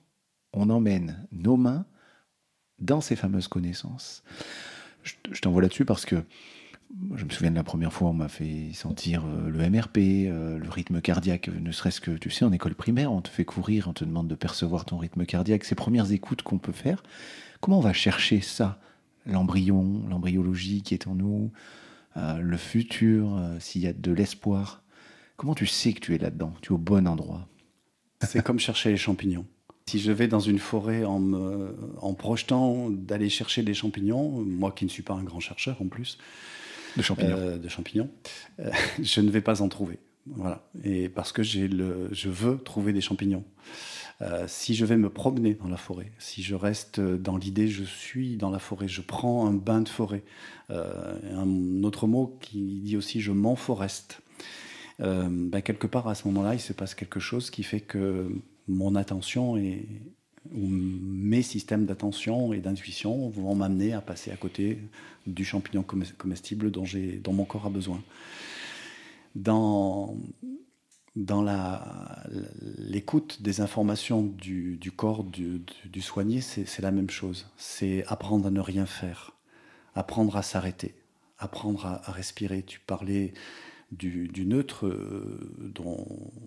on emmène nos mains dans ces fameuses connaissances. Je, je t'envoie là-dessus parce que je me souviens de la première fois, on m'a fait sentir euh, le M R P, euh, le rythme cardiaque, ne serait-ce que, tu sais, en école primaire, on te fait courir, on te demande de percevoir ton rythme cardiaque, ces premières écoutes qu'on peut faire. Comment on va chercher ça, l'embryon, l'embryologie qui est en nous, euh, le futur, euh, s'il y a de l'espoir? Comment tu sais que tu es là-dedans, tu es au bon endroit? C'est comme chercher les champignons. Si je vais dans une forêt en me en projetant d'aller chercher des champignons, moi qui ne suis pas un grand chercheur en plus, De champignons. Euh, de champignons, euh, je ne vais pas en trouver. Voilà. Et parce que j'ai le, je veux trouver des champignons. Euh, si je vais me promener dans la forêt, si je reste dans l'idée, je suis dans la forêt, je prends un bain de forêt. Euh, un autre mot qui dit aussi, je m'enforeste. Euh, ben quelque part, à ce moment-là, il se passe quelque chose qui fait que mon attention est, ou mes systèmes d'attention et d'intuition vont m'amener à passer à côté du champignon comestible dont, j'ai, dont mon corps a besoin. Dans, dans la, l'écoute des informations du, du corps du, du, du soigné, c'est, c'est la même chose. C'est apprendre à ne rien faire, apprendre à s'arrêter, apprendre à, à respirer. Tu parlais du, du neutre euh, dont...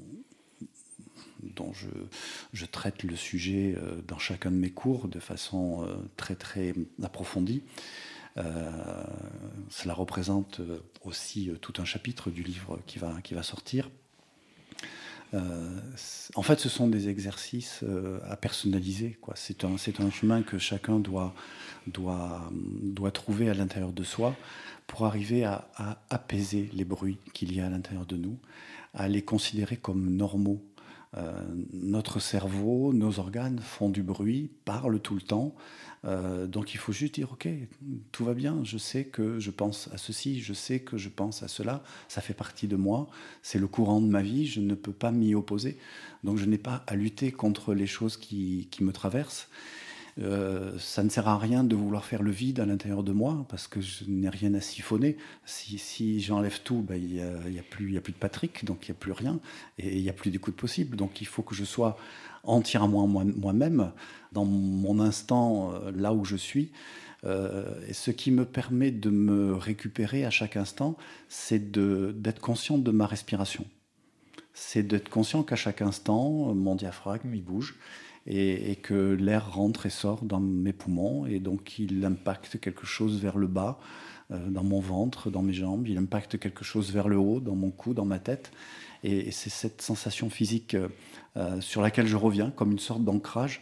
dont je, je traite le sujet euh, dans chacun de mes cours de façon euh, très très approfondie. Euh, cela représente aussi euh, tout un chapitre du livre qui va, qui va sortir. Euh, en fait, ce sont des exercices euh, à personnaliser, quoi. C'est un, c'est un chemin que chacun doit, doit, doit trouver à l'intérieur de soi pour arriver à, à apaiser les bruits qu'il y a à l'intérieur de nous, à les considérer comme normaux. Euh, notre cerveau, nos organes font du bruit, parlent tout le temps. Euh, donc il faut juste dire, ok, tout va bien, je sais que je pense à ceci, je sais que je pense à cela, ça fait partie de moi, c'est le courant de ma vie, je ne peux pas m'y opposer. Donc je n'ai pas à lutter contre les choses qui, qui me traversent. Euh, ça ne sert à rien de vouloir faire le vide à l'intérieur de moi parce que je n'ai rien à siphonner. Si, si j'enlève tout, ben, il n'y a, il y a plus, il y a plus de Patrick, donc il n'y a plus rien et il n'y a plus d'écoute possible. Donc il faut que je sois entièrement moi, moi-même dans mon instant euh, là où je suis. Euh, et ce qui me permet de me récupérer à chaque instant, c'est de, d'être conscient de ma respiration. C'est d'être conscient qu'à chaque instant, mon diaphragme il bouge. Et, et que l'air rentre et sort dans mes poumons, et donc il impacte quelque chose vers le bas, euh, dans mon ventre, dans mes jambes, il impacte quelque chose vers le haut, dans mon cou, dans ma tête, et, et c'est cette sensation physique euh, sur laquelle je reviens, comme une sorte d'ancrage,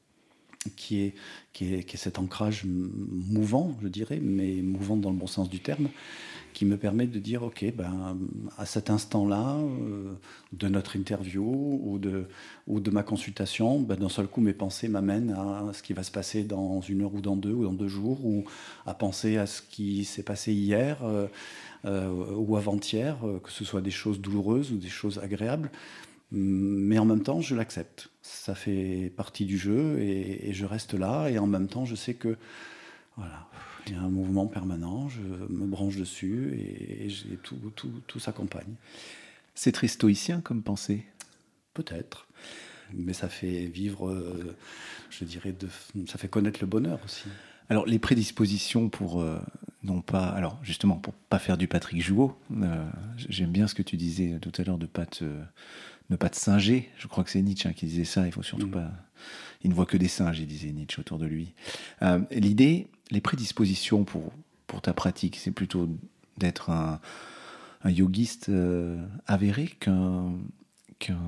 qui est, qui est, qui est cet ancrage mouvant, je dirais, mais mouvant dans le bon sens du terme, qui me permet de dire, ok, ben, à cet instant-là, euh, de notre interview ou de, ou de ma consultation, ben, d'un seul coup, mes pensées m'amènent à ce qui va se passer dans une heure ou dans deux ou dans deux jours, ou à penser à ce qui s'est passé hier euh, euh, ou avant-hier, euh, que ce soit des choses douloureuses ou des choses agréables. Mais en même temps, je l'accepte. Ça fait partie du jeu et, et je reste là. Et en même temps, je sais que voilà, il y a un mouvement permanent. Je me branche dessus et, et j'ai tout, tout, tout s'accompagne. C'est très stoïcien comme pensée. Peut-être, mais ça fait vivre, euh, je dirais, de, ça fait connaître le bonheur aussi. Alors les prédispositions pour euh, non pas, alors justement pour pas faire du Patrick Jouot. Euh, j'aime bien ce que tu disais tout à l'heure de pas te ne pas te singer. Je crois que c'est Nietzsche hein, qui disait ça. Il faut surtout mmh. pas. Il ne voit que des singes, il disait Nietzsche autour de lui. Euh, l'idée, les prédispositions pour pour ta pratique, c'est plutôt d'être un, un yogiste euh, avéré qu'un qu'un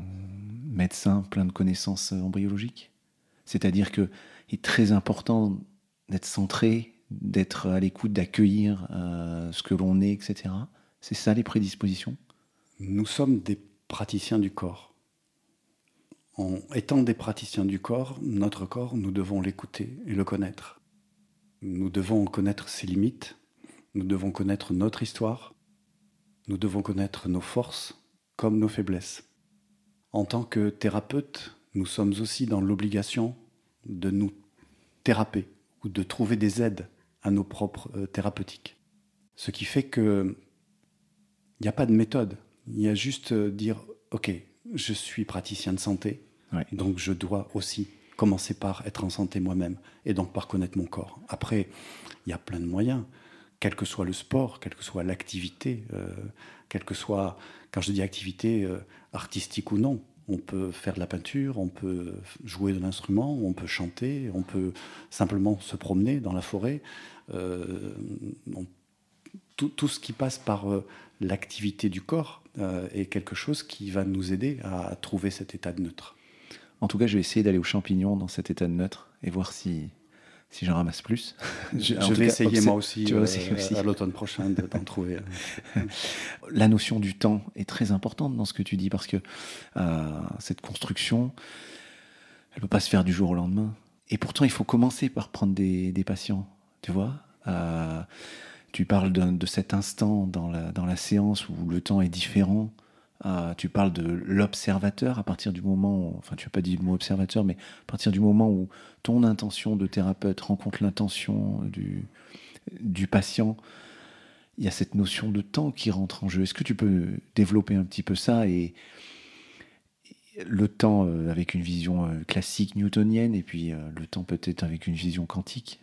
médecin plein de connaissances embryologiques. C'est-à-dire que il est très important d'être centré, d'être à l'écoute, d'accueillir euh, ce que l'on est, et cetera. C'est ça les prédispositions ? Nous sommes des praticiens du corps. En étant des praticiens du corps, notre corps, nous devons l'écouter et le connaître. Nous devons connaître ses limites, nous devons connaître notre histoire, nous devons connaître nos forces comme nos faiblesses. En tant que thérapeute, nous sommes aussi dans l'obligation de nous théraper ou de trouver des aides à nos propres euh, thérapeutiques. Ce qui fait que il n'y a pas de méthode. Il y a juste euh, dire, ok, je suis praticien de santé, ouais. donc je dois aussi commencer par être en santé moi-même et donc par connaître mon corps. Après, il y a plein de moyens, quel que soit le sport, quelle que soit l'activité, euh, quelle que soit, quand je dis activité euh, artistique ou non, on peut faire de la peinture, on peut jouer de l'instrument, on peut chanter, on peut simplement se promener dans la forêt. Euh, on, tout, tout ce qui passe par euh, l'activité du corps euh, est quelque chose qui va nous aider à trouver cet état de neutre. En tout cas, je vais essayer d'aller aux champignons dans cet état de neutre et voir si, si j'en ramasse plus. Je, je vais cas, essayer obs- moi aussi, tu vas euh, aussi, aussi. à l'automne prochain d'en trouver. La notion du temps est très importante dans ce que tu dis parce que euh, cette construction, elle ne peut pas se faire du jour au lendemain. Et pourtant, il faut commencer par prendre des, des patients, tu vois. Euh, tu parles de, de cet instant dans la, dans la séance où le temps est différent. Euh, tu parles de l'observateur à partir du moment, où, enfin tu n'as pas dit le mot observateur, mais à partir du moment où ton intention de thérapeute rencontre l'intention du, du patient, il y a cette notion de temps qui rentre en jeu. Est-ce que tu peux développer un petit peu ça et, et le temps euh, avec une vision euh, classique newtonienne et puis euh, le temps peut-être avec une vision quantique?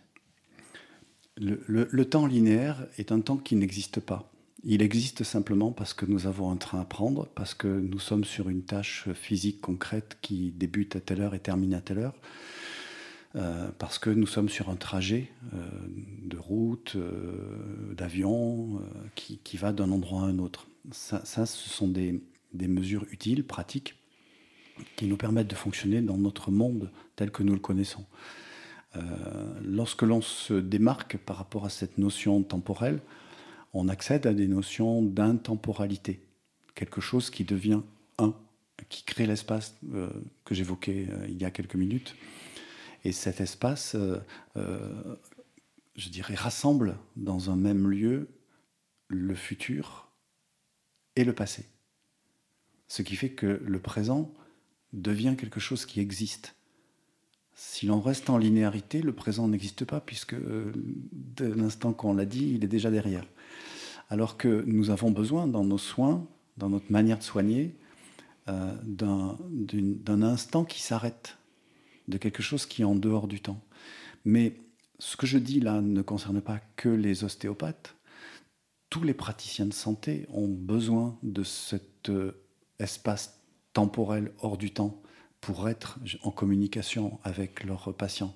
le, le, le temps linéaire est un temps qui n'existe pas. Il existe simplement parce que nous avons un train à prendre, parce que nous sommes sur une tâche physique concrète qui débute à telle heure et termine à telle heure, euh, parce que nous sommes sur un trajet euh, de route, euh, d'avion, euh, qui, qui va d'un endroit à un autre. Ça, ça ce sont des, des mesures utiles, pratiques, qui nous permettent de fonctionner dans notre monde tel que nous le connaissons. Euh, lorsque l'on se démarque par rapport à cette notion temporelle, on accède à des notions d'intemporalité, quelque chose qui devient un, qui crée l'espace euh, que j'évoquais euh, il y a quelques minutes. Et cet espace, euh, euh, je dirais, rassemble dans un même lieu le futur et le passé. Ce qui fait que le présent devient quelque chose qui existe. Si l'on reste en linéarité, le présent n'existe pas, puisque euh, dès l'instant qu'on l'a dit, il est déjà derrière. Alors que nous avons besoin, dans nos soins, dans notre manière de soigner, euh, d'un, d'un instant qui s'arrête, de quelque chose qui est en dehors du temps. Mais ce que je dis là ne concerne pas que les ostéopathes. Tous les praticiens de santé ont besoin de cet euh, espace temporel hors du temps pour être en communication avec leurs patients.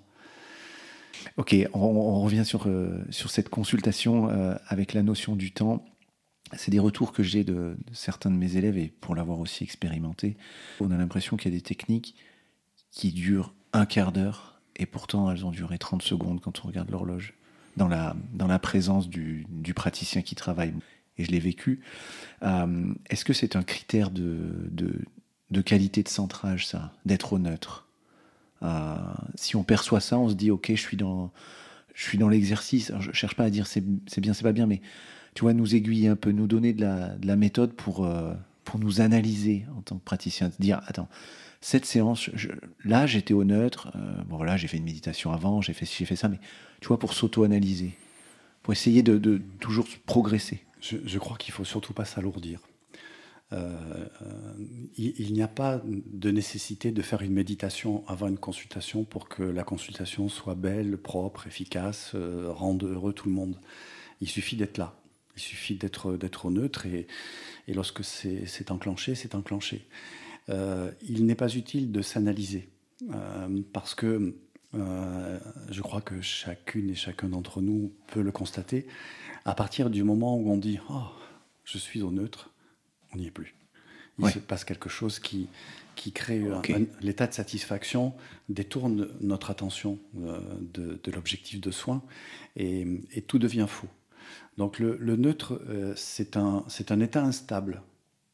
Ok, on, on revient sur, euh, sur cette consultation euh, avec la notion du temps. C'est des retours que j'ai de, de certains de mes élèves et pour l'avoir aussi expérimenté. On a l'impression qu'il y a des techniques qui durent un quart d'heure et pourtant elles ont duré trente secondes quand on regarde l'horloge, dans la, dans la présence du, du praticien qui travaille. Et je l'ai vécu. Euh, est-ce que c'est un critère de, de, de qualité de centrage, ça, d'être au neutre ? Euh, si on perçoit ça, on se dit ok, je suis dans, je suis dans l'exercice. Alors, je cherche pas à dire c'est, c'est bien, c'est pas bien, mais tu vois, nous aiguiller un peu, nous donner de la, de la méthode pour, euh, pour nous analyser en tant que praticien, se dire attends, cette séance, je, là j'étais au neutre, euh, bon voilà, j'ai fait une méditation avant, j'ai fait ci, j'ai fait ça, mais tu vois, pour s'auto-analyser, pour essayer de, de toujours progresser. Je, je crois qu'il faut surtout pas s'alourdir. Euh, il, il n'y a pas de nécessité de faire une méditation avant une consultation pour que la consultation soit belle, propre, efficace, euh, rende heureux tout le monde. Il suffit d'être là, il suffit d'être, d'être au neutre et, et lorsque c'est, c'est enclenché, c'est enclenché. Euh, il n'est pas utile de s'analyser euh, parce que euh, je crois que chacune et chacun d'entre nous peut le constater. À partir du moment où on dit « Oh, je suis au neutre », on n'y est plus. Il ouais. se passe quelque chose qui, qui crée okay. un, un, l'état de satisfaction, détourne notre attention euh, de, de l'objectif de soin et, et tout devient faux. Donc le, le neutre, euh, c'est, un, c'est un état instable.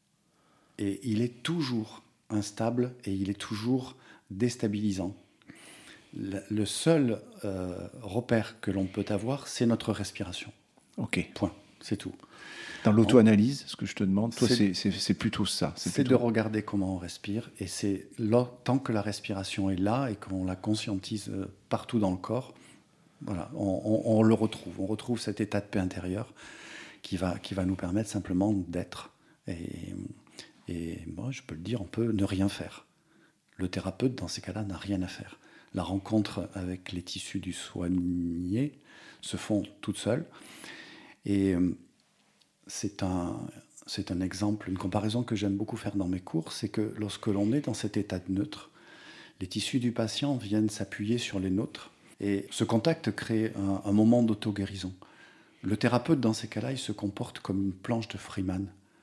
Et il est toujours instable et il est toujours déstabilisant. Le, le seul euh, repère que l'on peut avoir, c'est notre respiration. Ok. Point. C'est tout. Dans l'auto-analyse, ce que je te demande, toi, c'est, c'est, c'est plutôt ça. C'est, c'est plutôt... de regarder comment on respire. Et c'est là, tant que la respiration est là et qu'on la conscientise partout dans le corps, voilà, on, on, on le retrouve. On retrouve cet état de paix intérieur qui va, qui va nous permettre simplement d'être. Et, et moi, je peux le dire, on peut ne rien faire. Le thérapeute, dans ces cas-là, n'a rien à faire. la rencontre avec les tissus du soigné se font toutes seules. Et euh, c'est un, c'est un exemple, une comparaison que j'aime beaucoup faire dans mes cours, c'est que lorsque l'on est dans cet état de neutre, les tissus du patient viennent s'appuyer sur les nôtres. Et ce contact crée un, un moment d'auto-guérison. Le thérapeute, dans ces cas-là, il se comporte comme une planche de Freeman.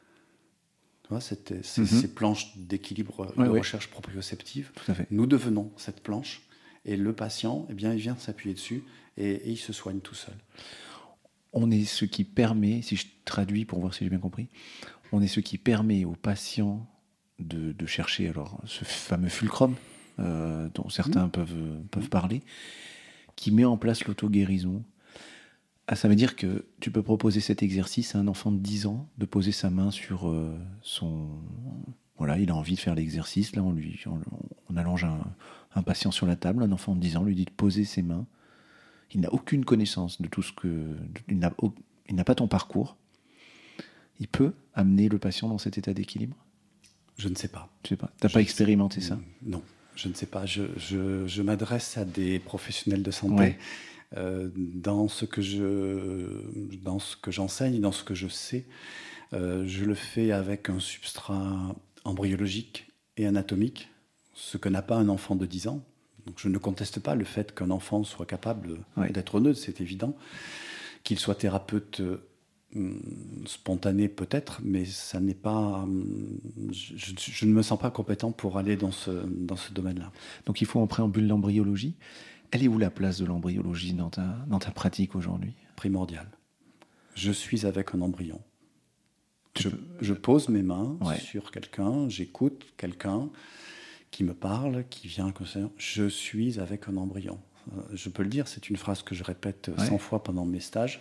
Tu vois, cette, ces, mm-hmm. ces planches d'équilibre, ouais, de ouais. recherche proprioceptive, Tout à fait. Nous devenons cette planche, et le patient, eh bien, il vient s'appuyer dessus, et, et il se soigne tout seul. On est ce qui permet, si je traduis pour voir si j'ai bien compris, on est ce qui permet au patient de, de chercher alors ce fameux fulcrum euh, dont certains mmh. peuvent, peuvent parler, qui met en place l'auto-guérison. Ah, ça veut dire que tu peux proposer cet exercice à un enfant de dix ans, de poser sa main sur euh, son... Voilà, il a envie de faire l'exercice, là on, lui, on, on allonge un, un patient sur la table, un enfant de dix ans, on lui dit de poser ses mains. Il n'a aucune connaissance de tout ce que... Il n'a, il n'a pas ton parcours. Il peut amener le patient dans cet état d'équilibre ? Je ne sais pas. Tu sais pas. Tu n'as pas expérimenté ça ? Non, je ne sais pas. Je, je, je m'adresse à des professionnels de santé. Ouais. Euh, dans ce que je, dans ce que j'enseigne, dans ce que je sais, euh, je le fais avec un substrat embryologique et anatomique, ce que n'a pas un enfant de dix ans. Donc je ne conteste pas le fait qu'un enfant soit capable ouais. d'être neutre, c'est évident. Qu'il soit thérapeute euh, spontané peut-être, mais ça n'est pas. Je, je, je ne me sens pas compétent pour aller dans ce, dans ce domaine-là. Donc il faut en préambule l'embryologie. Elle est où la place de l'embryologie dans ta, dans ta pratique aujourd'hui ? Primordial. Je suis avec un embryon. Je, je pose mes mains ouais. sur quelqu'un, j'écoute quelqu'un qui me parle, qui vient comme ça. Je suis avec un embryon. Je peux le dire, c'est une phrase que je répète ouais. cent fois pendant mes stages.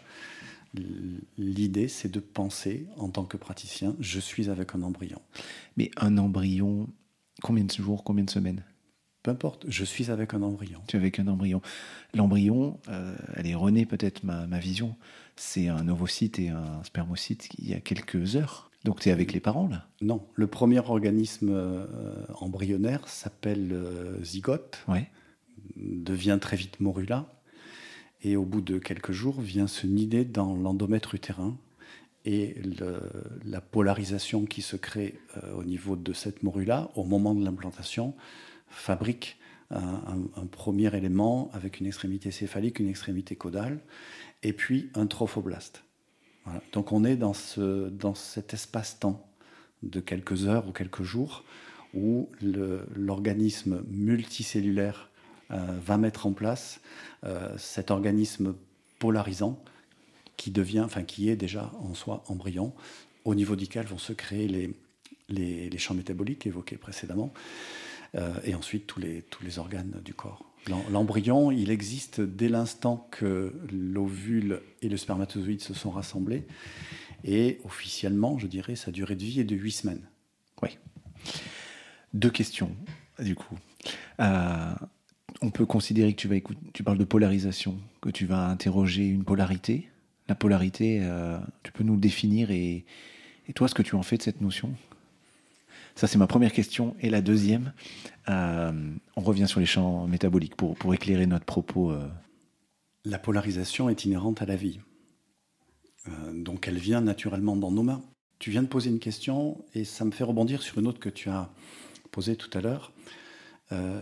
L'idée, c'est de penser, en tant que praticien, je suis avec un embryon. Mais un embryon, combien de jours, combien de semaines ? Peu importe, je suis avec un embryon. Tu es avec un embryon. L'embryon, euh, elle est erronée peut-être ma, ma vision, c'est un ovocyte et un spermocyte il y a quelques heures. Donc tu es avec les parents là ? Non, le premier organisme euh, embryonnaire s'appelle euh, zygote, ouais. devient très vite morula, et au bout de quelques jours vient se nider dans l'endomètre utérin. Et le, la polarisation qui se crée euh, au niveau de cette morula, au moment de l'implantation, fabrique un, un, un premier élément avec une extrémité céphalique, une extrémité caudale, et puis un trophoblaste. Voilà. Donc on est dans, ce, dans cet espace-temps de quelques heures ou quelques jours où le, l'organisme multicellulaire euh, va mettre en place euh, cet organisme polarisant qui devient, enfin qui est déjà en soi embryon, au niveau duquel vont se créer les, les, les champs métaboliques évoqués précédemment. Euh, et ensuite tous les, tous les organes du corps. L'embryon, il existe dès l'instant que l'ovule et le spermatozoïde se sont rassemblés. Et officiellement, je dirais, sa durée de vie est de huit semaines. Oui. Deux questions, du coup. Euh, on peut considérer que tu vas écouter, tu parles de polarisation, que tu vas interroger une polarité. La polarité, euh, tu peux nous le définir et, et toi, ce que tu en fais de cette notion ? Ça, c'est ma première question. Et la deuxième, euh, on revient sur les champs métaboliques pour, pour éclairer notre propos. Euh... La polarisation est inhérente à la vie. Euh, donc, elle vient naturellement dans nos mains. Tu viens de poser une question et ça me fait rebondir sur une autre que tu as posée tout à l'heure. Euh,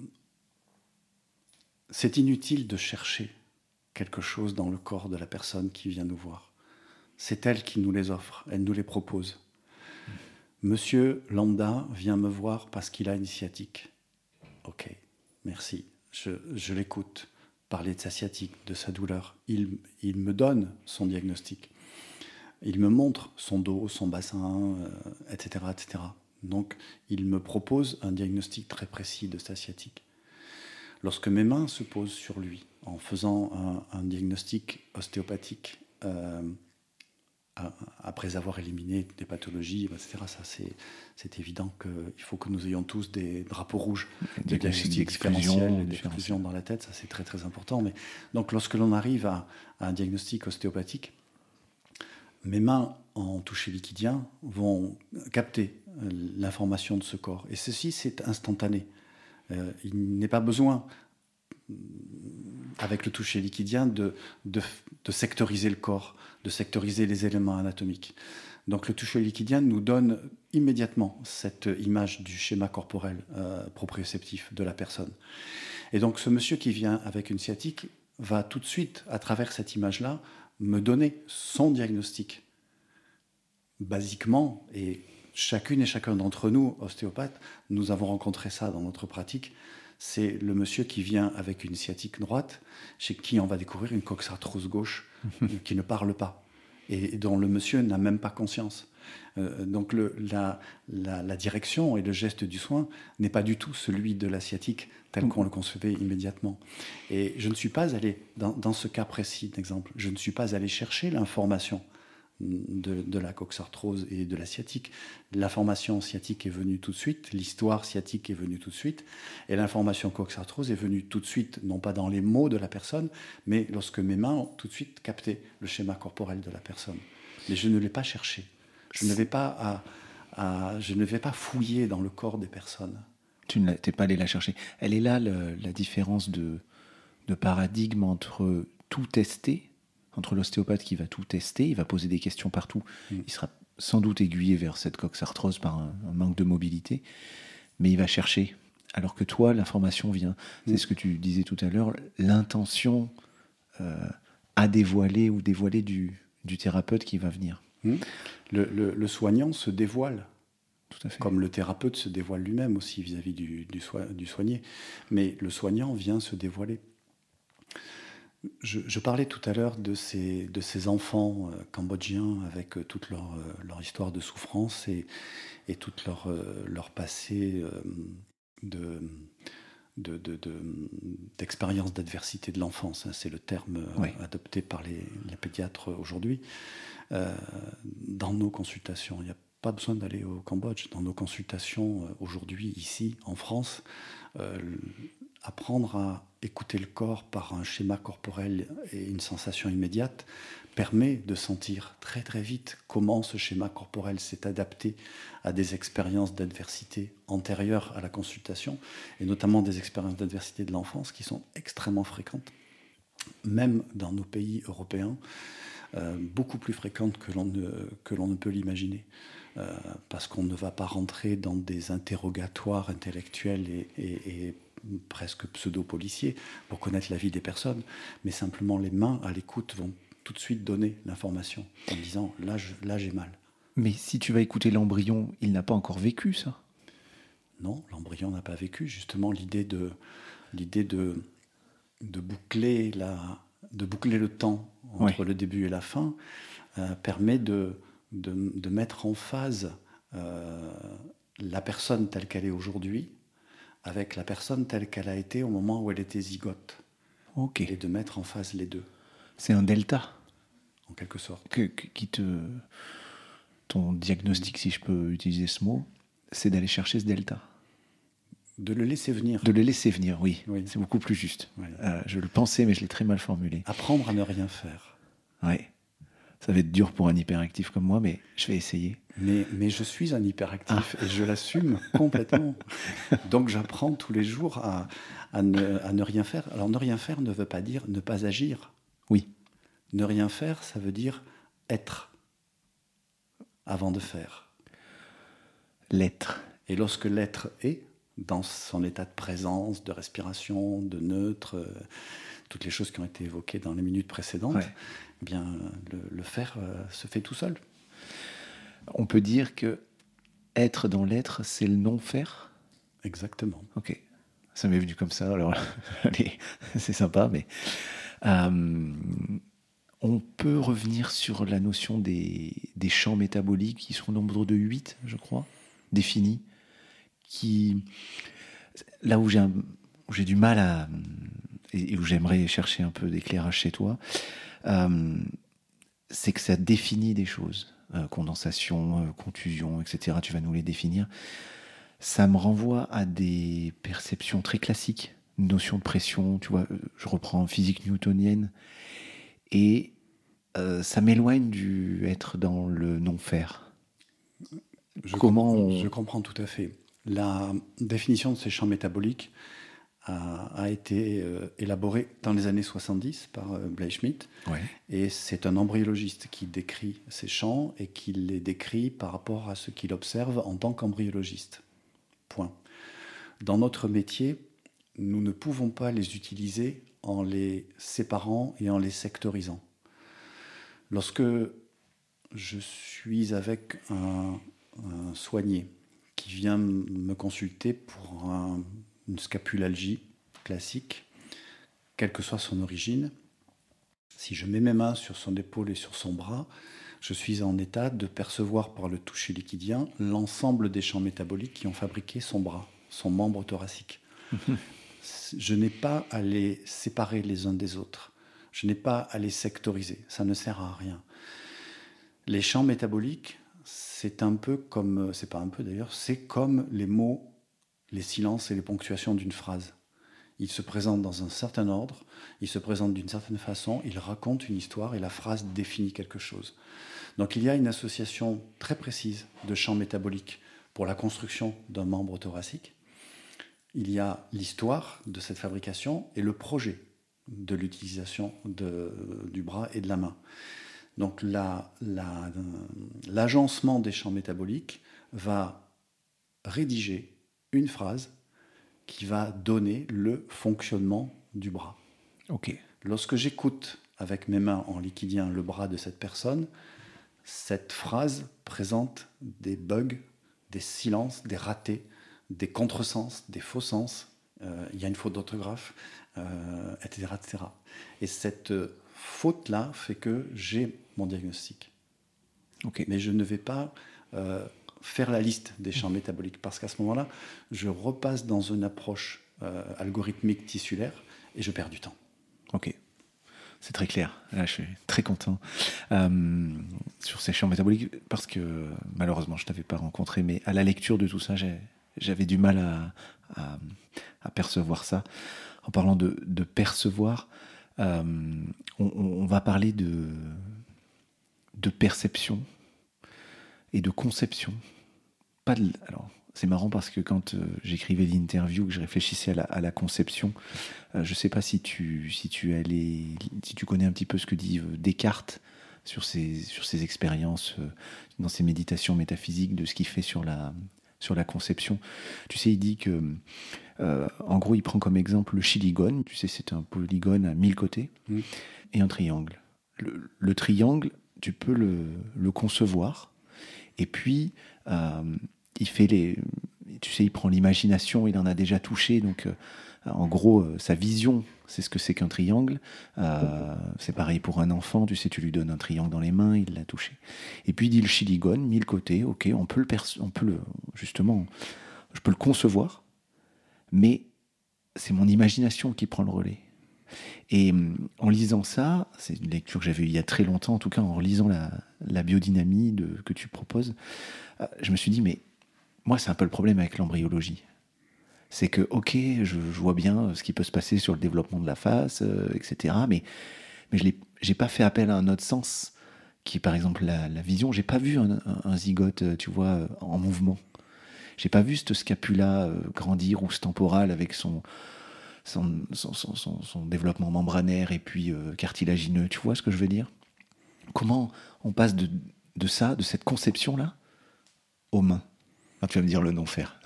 c'est inutile de chercher quelque chose dans le corps de la personne qui vient nous voir. C'est elle qui nous les offre, elle nous les propose. Monsieur lambda vient me voir parce qu'il a une sciatique. Ok, merci. Je, je l'écoute parler de sa sciatique, de sa douleur. Il, il me donne son diagnostic. Il me montre son dos, son bassin, euh, et cetera, et cetera. Donc, il me propose un diagnostic très précis de sa sciatique. Lorsque mes mains se posent sur lui, en faisant un, un diagnostic ostéopathique, euh, après avoir éliminé des pathologies, et cetera, ça c'est, c'est évident qu'il faut que nous ayons tous des drapeaux rouges, des diagnostics différentiels, des exclusions dans la tête, ça c'est très très important. Mais donc lorsque l'on arrive à, à un diagnostic ostéopathique, mes mains en toucher liquidien vont capter l'information de ce corps. Et ceci c'est instantané. Euh, il n'est pas besoin avec le toucher liquidien, de, de, de sectoriser le corps, de sectoriser les éléments anatomiques. Donc le toucher liquidien nous donne immédiatement cette image du schéma corporel euh, proprioceptif de la personne. Et donc ce monsieur qui vient avec une sciatique va tout de suite, à travers cette image-là, me donner son diagnostic. Basiquement, et chacune et chacun d'entre nous, ostéopathes, nous avons rencontré ça dans notre pratique, c'est le monsieur qui vient avec une sciatique droite, chez qui on va découvrir une coxarthrose gauche qui ne parle pas, et dont le monsieur n'a même pas conscience. Euh, donc le, la, la, la direction et le geste du soin n'est pas du tout celui de la sciatique tel qu'on le concevait immédiatement. Et je ne suis pas allé, dans, dans ce cas précis d'exemple, je ne suis pas allé chercher l'information de, de la coxarthrose et de la sciatique. L'information sciatique est venue tout de suite, l'histoire sciatique est venue tout de suite, et l'information coxarthrose est venue tout de suite, non pas dans les mots de la personne, mais lorsque mes mains ont tout de suite capté le schéma corporel de la personne. Mais je ne l'ai pas cherché. Je ne vais pas, à, à, je ne vais pas fouiller dans le corps des personnes. Tu n'es pas allé la chercher. Elle est là, le, la différence de, de paradigme entre tout tester, entre l'ostéopathe qui va tout tester, il va poser des questions partout, mmh. il sera sans doute aiguillé vers cette coxarthrose par un, un manque de mobilité, mais il va chercher. Alors que toi, l'information vient. C'est mmh. ce que tu disais tout à l'heure, l'intention euh, à dévoiler ou dévoiler du, du thérapeute qui va venir. Mmh. Le, le, le soignant se dévoile. Tout à fait. Comme le thérapeute se dévoile lui-même aussi vis-à-vis du, du, soi, du soigné. Mais le soignant vient se dévoiler. Je, je parlais tout à l'heure de ces, de ces enfants euh, cambodgiens avec euh, toute leur, euh, leur histoire de souffrance et, et tout leur, euh, leur passé euh, de, de, de, de, d'expérience d'adversité de l'enfance. Hein, c'est le terme euh, oui. adopté par les, les pédiatres aujourd'hui. Euh, dans nos consultations, il n'y a pas besoin d'aller au Cambodge. Dans nos consultations, euh, aujourd'hui, ici, en France, euh, apprendre à écouter le corps par un schéma corporel et une sensation immédiate permet de sentir très très vite comment ce schéma corporel s'est adapté à des expériences d'adversité antérieures à la consultation, et notamment des expériences d'adversité de l'enfance qui sont extrêmement fréquentes, même dans nos pays européens, euh, beaucoup plus fréquentes que l'on ne, que l'on ne peut l'imaginer. Euh, parce qu'on ne va pas rentrer dans des interrogatoires intellectuels et, et, et presque pseudo-policiers pour connaître la vie des personnes, mais simplement les mains à l'écoute vont tout de suite donner l'information en disant là, je, là j'ai mal. Mais si tu vas écouter l'embryon, il n'a pas encore vécu ça ? Non, l'embryon n'a pas vécu. Justement, l'idée de, l'idée de, de, boucler, la, de boucler le temps entre oui. le début et la fin euh, permet de De, de mettre en phase euh, la personne telle qu'elle est aujourd'hui avec la personne telle qu'elle a été au moment où elle était zygote. Okay. Et de mettre en phase les deux. C'est un delta. En quelque sorte. Que, que, qui te... Ton diagnostic, si je peux utiliser ce mot, c'est d'aller chercher ce delta. De le laisser venir. De le laisser venir, oui. oui. C'est beaucoup plus juste. Oui. Euh, je le pensais, mais je l'ai très mal formulé. Apprendre à ne rien faire. Oui. Ça va être dur pour un hyperactif comme moi, mais je vais essayer. Mais, mais je suis un hyperactif ah. et je l'assume complètement. Donc j'apprends tous les jours à, à, ne, à ne rien faire. Alors ne rien faire ne veut pas dire ne pas agir. Oui. Ne rien faire, ça veut dire être avant de faire. L'être. Et lorsque l'être est dans son état de présence, de respiration, de neutre, euh, toutes les choses qui ont été évoquées dans les minutes précédentes, ouais. eh bien, le, le faire euh, se fait tout seul. On peut dire que être dans l'être, c'est le non-faire ? Exactement. Ok. Ça m'est venu comme ça, alors allez, c'est sympa, mais... Euh, on peut revenir sur la notion des, des champs métaboliques qui sont au nombre de huit, je crois, définis, qui... Là où j'ai, un, où j'ai du mal à... et où j'aimerais chercher un peu d'éclairage chez toi, euh, c'est que ça définit des choses. Euh, condensation, euh, contusion, et cetera. Tu vas nous les définir. Ça me renvoie à des perceptions très classiques, une notion de pression, tu vois, je reprends physique newtonienne, et euh, ça m'éloigne du être dans le non-faire. Je Comment comprends, on... Je comprends tout à fait. La définition de ces champs métaboliques a, a été euh, élaboré dans les années soixante-dix par euh, Bleichschmidt. Ouais. Et c'est un embryologiste qui décrit ces champs et qui les décrit par rapport à ce qu'il observe en tant qu'embryologiste. Point. Dans notre métier, nous ne pouvons pas les utiliser en les séparant et en les sectorisant. Lorsque je suis avec un, un soigné qui vient me consulter pour un, une scapulalgie classique, quelle que soit son origine, si je mets mes mains sur son épaule et sur son bras, je suis en état de percevoir par le toucher liquidien l'ensemble des champs métaboliques qui ont fabriqué son bras, son membre thoracique. Je n'ai pas à les séparer les uns des autres. Je n'ai pas à les sectoriser. Ça ne sert à rien. Les champs métaboliques, c'est un peu comme, c'est pas un peu d'ailleurs, c'est comme les mots, les silences et les ponctuations d'une phrase. Ils se présentent dans un certain ordre, ils se présentent d'une certaine façon, ils racontent une histoire et la phrase définit quelque chose. Donc il y a une association très précise de champs métaboliques pour la construction d'un membre thoracique. Il y a l'histoire de cette fabrication et le projet de l'utilisation de, du bras et de la main. Donc la, la, l'agencement des champs métaboliques va rédiger une phrase qui va donner le fonctionnement du bras. Ok. Lorsque j'écoute avec mes mains en liquidien le bras de cette personne, cette phrase présente des bugs, des silences, des ratés, des contresens, des faux sens. Euh, il y a une faute d'orthographe, euh, et cetera, et cetera. Et cette faute-là fait que j'ai mon diagnostic. Okay. Mais je ne vais pas euh, faire la liste des champs métaboliques parce qu'à ce moment-là, je repasse dans une approche euh, algorithmique tissulaire et je perds du temps. Ok, c'est très clair. Là, je suis très content euh, sur ces champs métaboliques parce que malheureusement, je ne t'avais pas rencontré, mais à la lecture de tout ça, j'ai, j'avais du mal à, à, à percevoir ça. En parlant de, de percevoir, euh, on, on va parler de, de perception et de conception. Pas de, alors, c'est marrant parce que quand euh, j'écrivais l'interview, que je réfléchissais à la, à la conception, euh, je ne sais pas si tu, si, tu allais, si tu connais un petit peu ce que dit euh, Descartes sur ses, sur ses expériences, euh, dans ses méditations métaphysiques, de ce qu'il fait sur la, sur la conception. Tu sais, il dit que, euh, en gros, il prend comme exemple le chilygone. Tu sais, c'est un polygone à mille côtés, mmh. et un triangle. Le, le triangle, tu peux le, le concevoir, et puis euh, il fait les, tu sais, il prend l'imagination, il en a déjà touché, donc euh, en gros, euh, sa vision, c'est ce que c'est qu'un triangle. Euh, c'est pareil pour un enfant, tu sais, tu lui donnes un triangle dans les mains, il l'a touché. Et puis il dit le chilygone, mille côtés, ok, on peut le, perce- on peut le, justement, je peux le concevoir, mais c'est mon imagination qui prend le relais. Et en lisant ça, c'est une lecture que j'avais eue il y a très longtemps, en tout cas en relisant la, la biodynamie de, que tu proposes, je me suis dit, mais moi c'est un peu le problème avec l'embryologie. C'est que, ok, je, je vois bien ce qui peut se passer sur le développement de la face, euh, et cetera, mais, mais je n'ai pas fait appel à un autre sens, qui est par exemple la, la vision. Je n'ai pas vu un, un, un zygote, tu vois, en mouvement. Je n'ai pas vu cette scapula euh, grandir ou ce temporal avec son... Son, son, son, son, son développement membranaire et puis euh, cartilagineux, tu vois ce que je veux dire ? Comment on passe de, de ça, de cette conception-là, aux mains ? Ah, tu vas me dire le non-faire.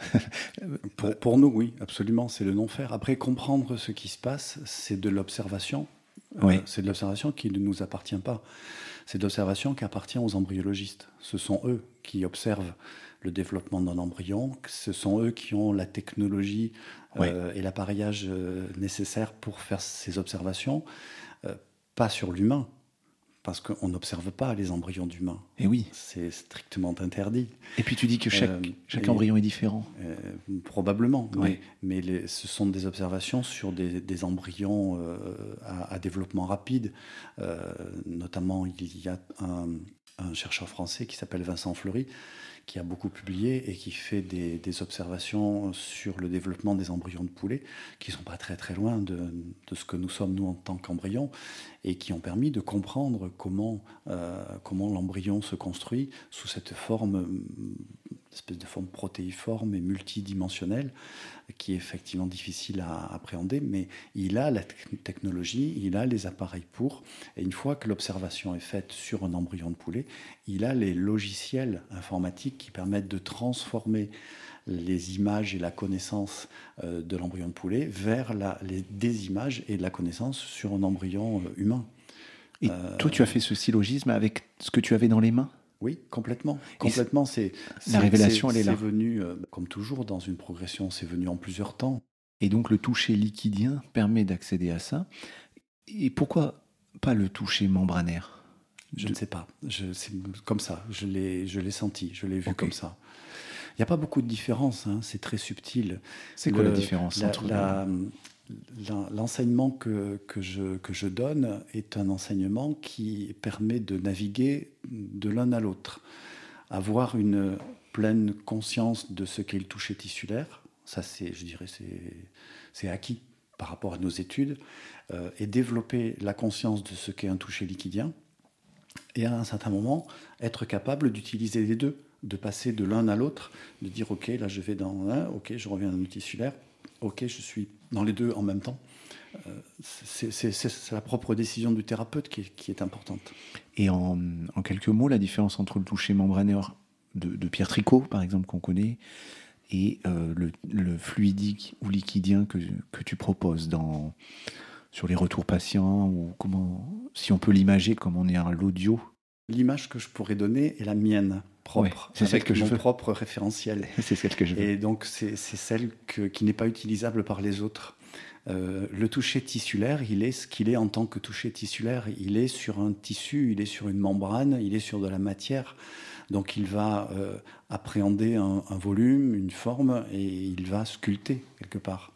pour, pour nous, oui, absolument, c'est le non-faire. Après, comprendre ce qui se passe, c'est de l'observation. Oui. Euh, c'est de l'observation qui ne nous appartient pas. C'est de l'observation qui appartient aux embryologistes. Ce sont eux qui observent le développement d'un embryon. Ce sont eux qui ont la technologie oui. euh, et l'appareillage euh, nécessaire pour faire ces observations. Euh, pas sur l'humain, parce qu'on n'observe pas les embryons d'humains. Et oui. C'est strictement interdit. Et puis tu dis que chaque, euh, chaque embryon est différent. Euh, probablement, oui. mais, mais les, ce sont des observations sur des, des embryons euh, à, à développement rapide. Euh, notamment, il y a un, un chercheur français qui s'appelle Vincent Fleury, qui a beaucoup publié et qui fait des, des observations sur le développement des embryons de poulet, qui ne sont pas très très loin de, de ce que nous sommes nous en tant qu'embryons, et qui ont permis de comprendre comment, euh, comment l'embryon se construit sous cette forme espèce de forme protéiforme et multidimensionnelle, qui est effectivement difficile à appréhender, mais il a la technologie, il a les appareils pour, et une fois que l'observation est faite sur un embryon de poulet, il a les logiciels informatiques qui permettent de transformer les images et la connaissance euh, de l'embryon de poulet vers la, les, des images et de la connaissance sur un embryon euh, humain. Et euh, toi, tu as fait ce syllogisme avec ce que tu avais dans les mains ? Oui, complètement. Complètement. C'est, c'est, la révélation, c'est, elle est là. C'est venu, euh, comme toujours dans une progression, c'est venu en plusieurs temps. Et donc le toucher liquidien permet d'accéder à ça. Et pourquoi pas le toucher membranaire ? Je de... ne sais pas. Je, c'est comme ça. Je l'ai, je l'ai senti. Je l'ai vu okay. comme ça. Il n'y a pas beaucoup de différence. Hein, c'est très subtil. C'est quoi le, la différence la, entre la, la, l'enseignement que, que, je, que je donne est un enseignement qui permet de naviguer de l'un à l'autre. Avoir une pleine conscience de ce qu'est le toucher tissulaire, ça c'est, je dirais, c'est, c'est acquis par rapport à nos études, euh, et développer la conscience de ce qu'est un toucher liquidien, et à un certain moment, être capable d'utiliser les deux, de passer de l'un à l'autre, de dire ok, là je vais dans un, ok, je reviens dans le tissulaire, ok, je suis dans les deux en même temps. Euh, c'est, c'est, c'est, c'est la propre décision du thérapeute qui est, qui est importante. Et en, en quelques mots, la différence entre le toucher membranaire de, de Pierre Tricot, par exemple, qu'on connaît, et euh, le, le fluidique ou liquidien que, que tu proposes dans, sur les retours patients, ou comment, si on peut l'imager comme on est à l'audio. L'image que je pourrais donner est la mienne propre, ouais, c'est avec celle que mon je veux. propre référentiel. C'est celle que je veux. Et donc c'est, c'est celle que, qui n'est pas utilisable par les autres. Euh, le toucher tissulaire, il est ce qu'il est en tant que toucher tissulaire. Il est sur un tissu, il est sur une membrane, il est sur de la matière. Donc il va euh, appréhender un, un volume, une forme, et il va sculpter quelque part.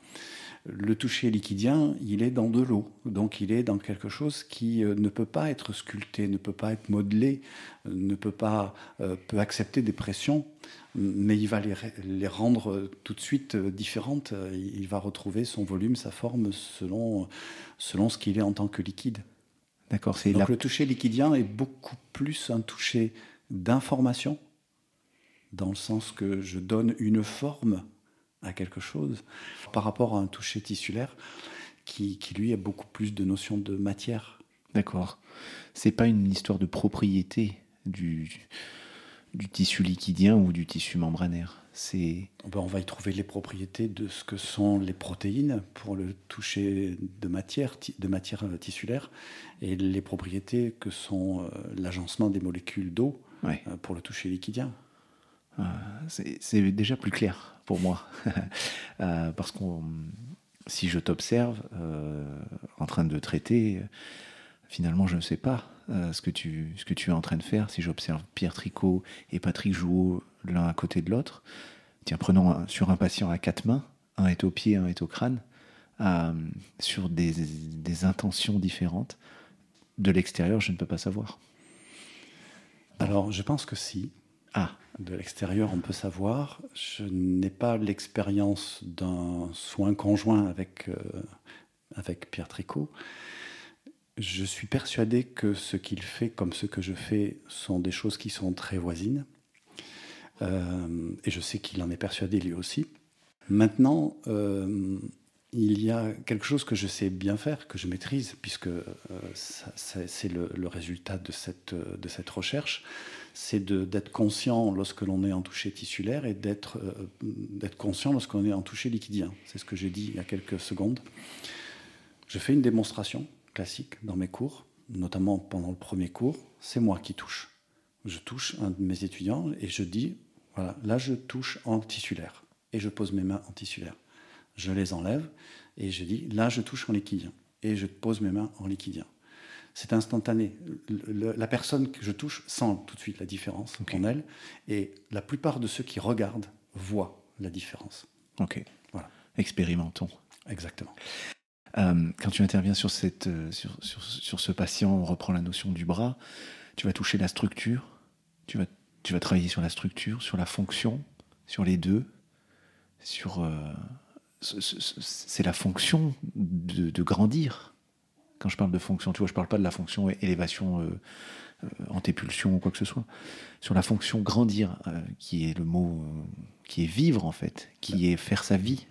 Le toucher liquidien, il est dans de l'eau, donc il est dans quelque chose qui euh, ne peut pas être sculpté, ne peut pas être modelé, euh, ne peut pas euh, peut accepter des pressions, mais il va les, les rendre tout de suite euh, différentes. Il va retrouver son volume, sa forme selon, selon ce qu'il est en tant que liquide. D'accord, c'est donc la... le toucher liquidien est beaucoup plus un toucher d'information, dans le sens que je donne une forme à quelque chose, par rapport à un toucher tissulaire qui, qui lui a beaucoup plus de notions de matière. D'accord. C'est pas une histoire de propriété du, du tissu liquidien ou du tissu membranaire. C'est... Ben, on va y trouver les propriétés de ce que sont les protéines pour le toucher de matière, de matière tissulaire, et les propriétés que sont euh, l'agencement des molécules d'eau ouais. euh, pour le toucher liquidien. Euh, c'est, c'est déjà plus clair pour moi. euh, parce que si je t'observe euh, en train de traiter, finalement je ne sais pas euh, ce, que tu, ce que tu es en train de faire. Si j'observe Pierre Tricot et Patrick Jouot l'un à côté de l'autre, tiens, prenons un, sur un patient à quatre mains, un est au pied, un est au crâne, euh, sur des, des intentions différentes, de l'extérieur je ne peux pas savoir. Alors je pense que si. Ah. De l'extérieur, on peut savoir. Je n'ai pas l'expérience d'un soin conjoint avec, euh, avec Pierre Tricot. Je suis persuadé que ce qu'il fait, comme ce que je fais, sont des choses qui sont très voisines. Euh, et je sais qu'il en est persuadé lui aussi. Maintenant, euh, il y a quelque chose que je sais bien faire, que je maîtrise, puisque euh, ça, ça, c'est le, le résultat de cette, de cette recherche. C'est de, d'être conscient lorsque l'on est en toucher tissulaire et d'être, euh, d'être conscient lorsque l'on est en toucher liquidien. C'est ce que j'ai dit il y a quelques secondes. Je fais une démonstration classique dans mes cours, notamment pendant le premier cours. C'est moi qui touche. Je touche un de mes étudiants et je dis, voilà, là je touche en tissulaire. Et je pose mes mains en tissulaire. Je les enlève et je dis, là je touche en liquidien. Et je pose mes mains en liquidien. C'est instantané. Le, le, la personne que je touche sent tout de suite la différence okay. en elle. Et la plupart de ceux qui regardent voient la différence. Ok. Voilà. Expérimentons. Exactement. Euh, quand tu interviens sur, cette, sur, sur, sur ce patient, on reprend la notion du bras, tu vas toucher la structure, tu vas, tu vas travailler sur la structure, sur la fonction, sur les deux, sur... Euh, c'est la fonction de, de grandir. Quand je parle de fonction, tu vois, je parle pas de la fonction élévation, euh, euh, antépulsion ou quoi que ce soit. Sur la fonction grandir, euh, qui est le mot, euh, qui est vivre en fait, qui est faire sa vie.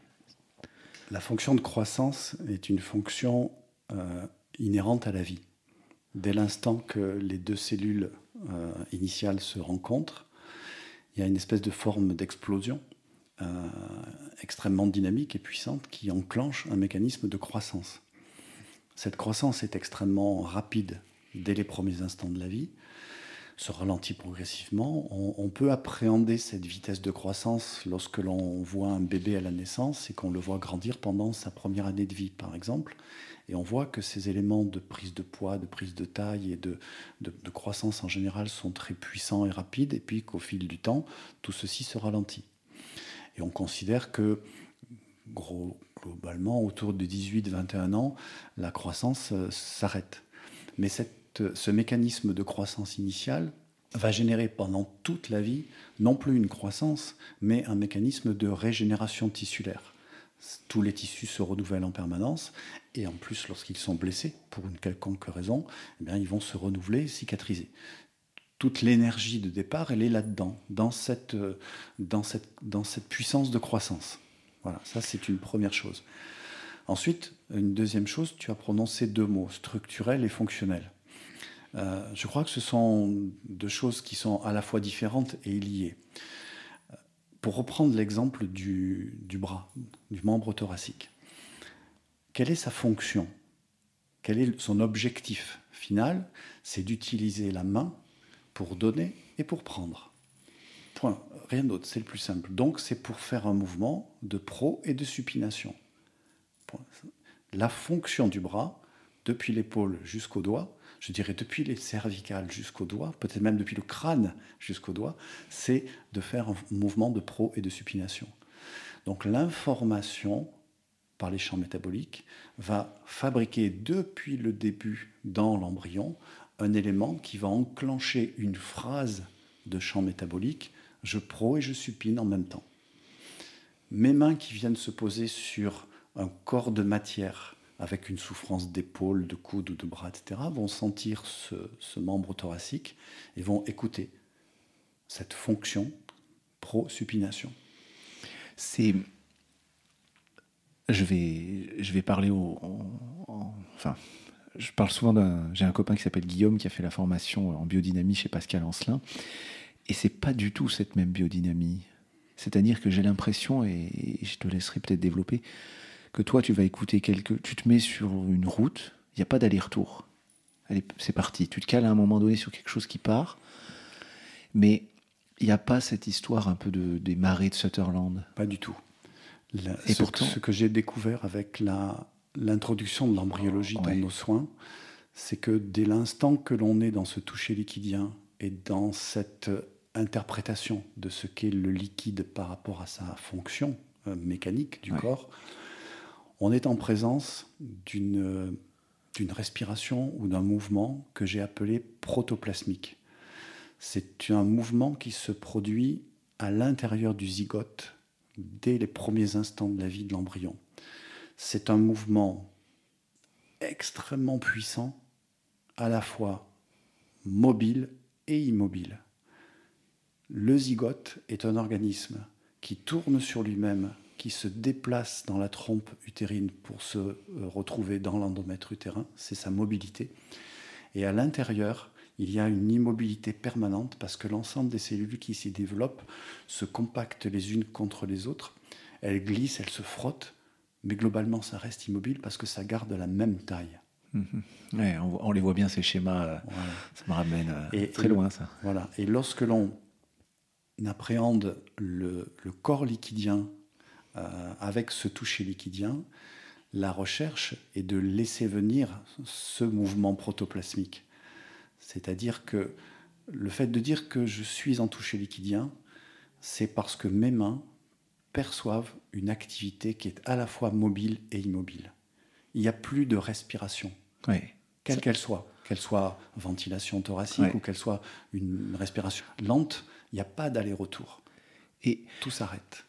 La fonction de croissance est une fonction euh, inhérente à la vie. Dès l'instant que les deux cellules euh, initiales se rencontrent, il y a une espèce de forme d'explosion euh, extrêmement dynamique et puissante qui enclenche un mécanisme de croissance. Cette croissance est extrêmement rapide dès les premiers instants de la vie, se ralentit progressivement. On, on peut appréhender cette vitesse de croissance lorsque l'on voit un bébé à la naissance et qu'on le voit grandir pendant sa première année de vie, par exemple. Et on voit que ces éléments de prise de poids, de prise de taille et de, de, de croissance en général sont très puissants et rapides, et puis qu'au fil du temps, tout ceci se ralentit. Et on considère que, gros, globalement, autour de dix-huit à vingt et un ans, la croissance euh, s'arrête. Mais cette, ce mécanisme de croissance initiale va générer pendant toute la vie, non plus une croissance, mais un mécanisme de régénération tissulaire. Tous les tissus se renouvellent en permanence, et en plus, lorsqu'ils sont blessés, pour une quelconque raison, eh bien, ils vont se renouveler et cicatriser. Toute l'énergie de départ, elle est là-dedans, dans cette, dans cette, dans cette puissance de croissance. Voilà, ça c'est une première chose. Ensuite, une deuxième chose, tu as prononcé deux mots, structurel et fonctionnel. Euh, je crois que ce sont deux choses qui sont à la fois différentes et liées. Pour reprendre l'exemple du, du bras, du membre thoracique, quelle est sa fonction ? Quel est son objectif final ? C'est d'utiliser la main pour donner et pour prendre. Point. Rien d'autre, c'est le plus simple. Donc, c'est pour faire un mouvement de pro et de supination. Point. La fonction du bras, depuis l'épaule jusqu'au doigt, je dirais depuis les cervicales jusqu'au doigt, peut-être même depuis le crâne jusqu'au doigt, c'est de faire un mouvement de pro et de supination. Donc, l'information par les champs métaboliques va fabriquer depuis le début dans l'embryon un élément qui va enclencher une phrase de champ métabolique, je pro et je supine en même temps. Mes mains qui viennent se poser sur un corps de matière avec une souffrance d'épaule, de coude ou de bras, et cetera, vont sentir ce, ce membre thoracique et vont écouter cette fonction pro-supination. C'est... Je vais, je vais parler au... En, en, enfin, je parle souvent d'un... J'ai un copain qui s'appelle Guillaume qui a fait la formation en biodynamie chez Pascal Ancelin. Et c'est pas du tout cette même biodynamie. C'est-à-dire que j'ai l'impression, et je te laisserai peut-être développer, que toi, tu vas écouter quelque... Tu te mets sur une route, il n'y a pas d'aller-retour. Allez, c'est parti. Tu te cales à un moment donné sur quelque chose qui part, mais il n'y a pas cette histoire un peu de, des marées de Sutherland. Pas du tout. La, et ce, pourtant, ce que j'ai découvert avec la, l'introduction de l'embryologie oh, ouais. dans nos soins, c'est que dès l'instant que l'on est dans ce toucher liquidien et dans cette interprétation de ce qu'est le liquide par rapport à sa fonction euh, mécanique du ouais. corps, on est en présence d'une, d'une respiration ou d'un mouvement que j'ai appelé protoplasmique. C'est un mouvement qui se produit à l'intérieur du zygote dès les premiers instants de la vie de l'embryon. C'est un mouvement extrêmement puissant, à la fois mobile et immobile. Le zygote est un organisme qui tourne sur lui-même, qui se déplace dans la trompe utérine pour se retrouver dans l'endomètre utérin, c'est sa mobilité. Et à l'intérieur, il y a une immobilité permanente parce que l'ensemble des cellules qui s'y développent se compactent les unes contre les autres. Elles glissent, elles se frottent, mais globalement, ça reste immobile parce que ça garde la même taille. Mmh. Ouais, on, on les voit bien, ces schémas. Voilà. Ça me ramène et, très et, loin, ça. Voilà. Et lorsque l'on appréhende le, le corps liquidien euh, avec ce toucher liquidien, la recherche est de laisser venir ce mouvement protoplasmique. C'est-à-dire que le fait de dire que je suis en toucher liquidien, c'est parce que mes mains perçoivent une activité qui est à la fois mobile et immobile. Il n'y a plus de respiration, oui. quelle ça... qu'elle soit, qu'elle soit ventilation thoracique oui. ou qu'elle soit une respiration lente, il n'y a pas d'aller-retour. Et tout s'arrête.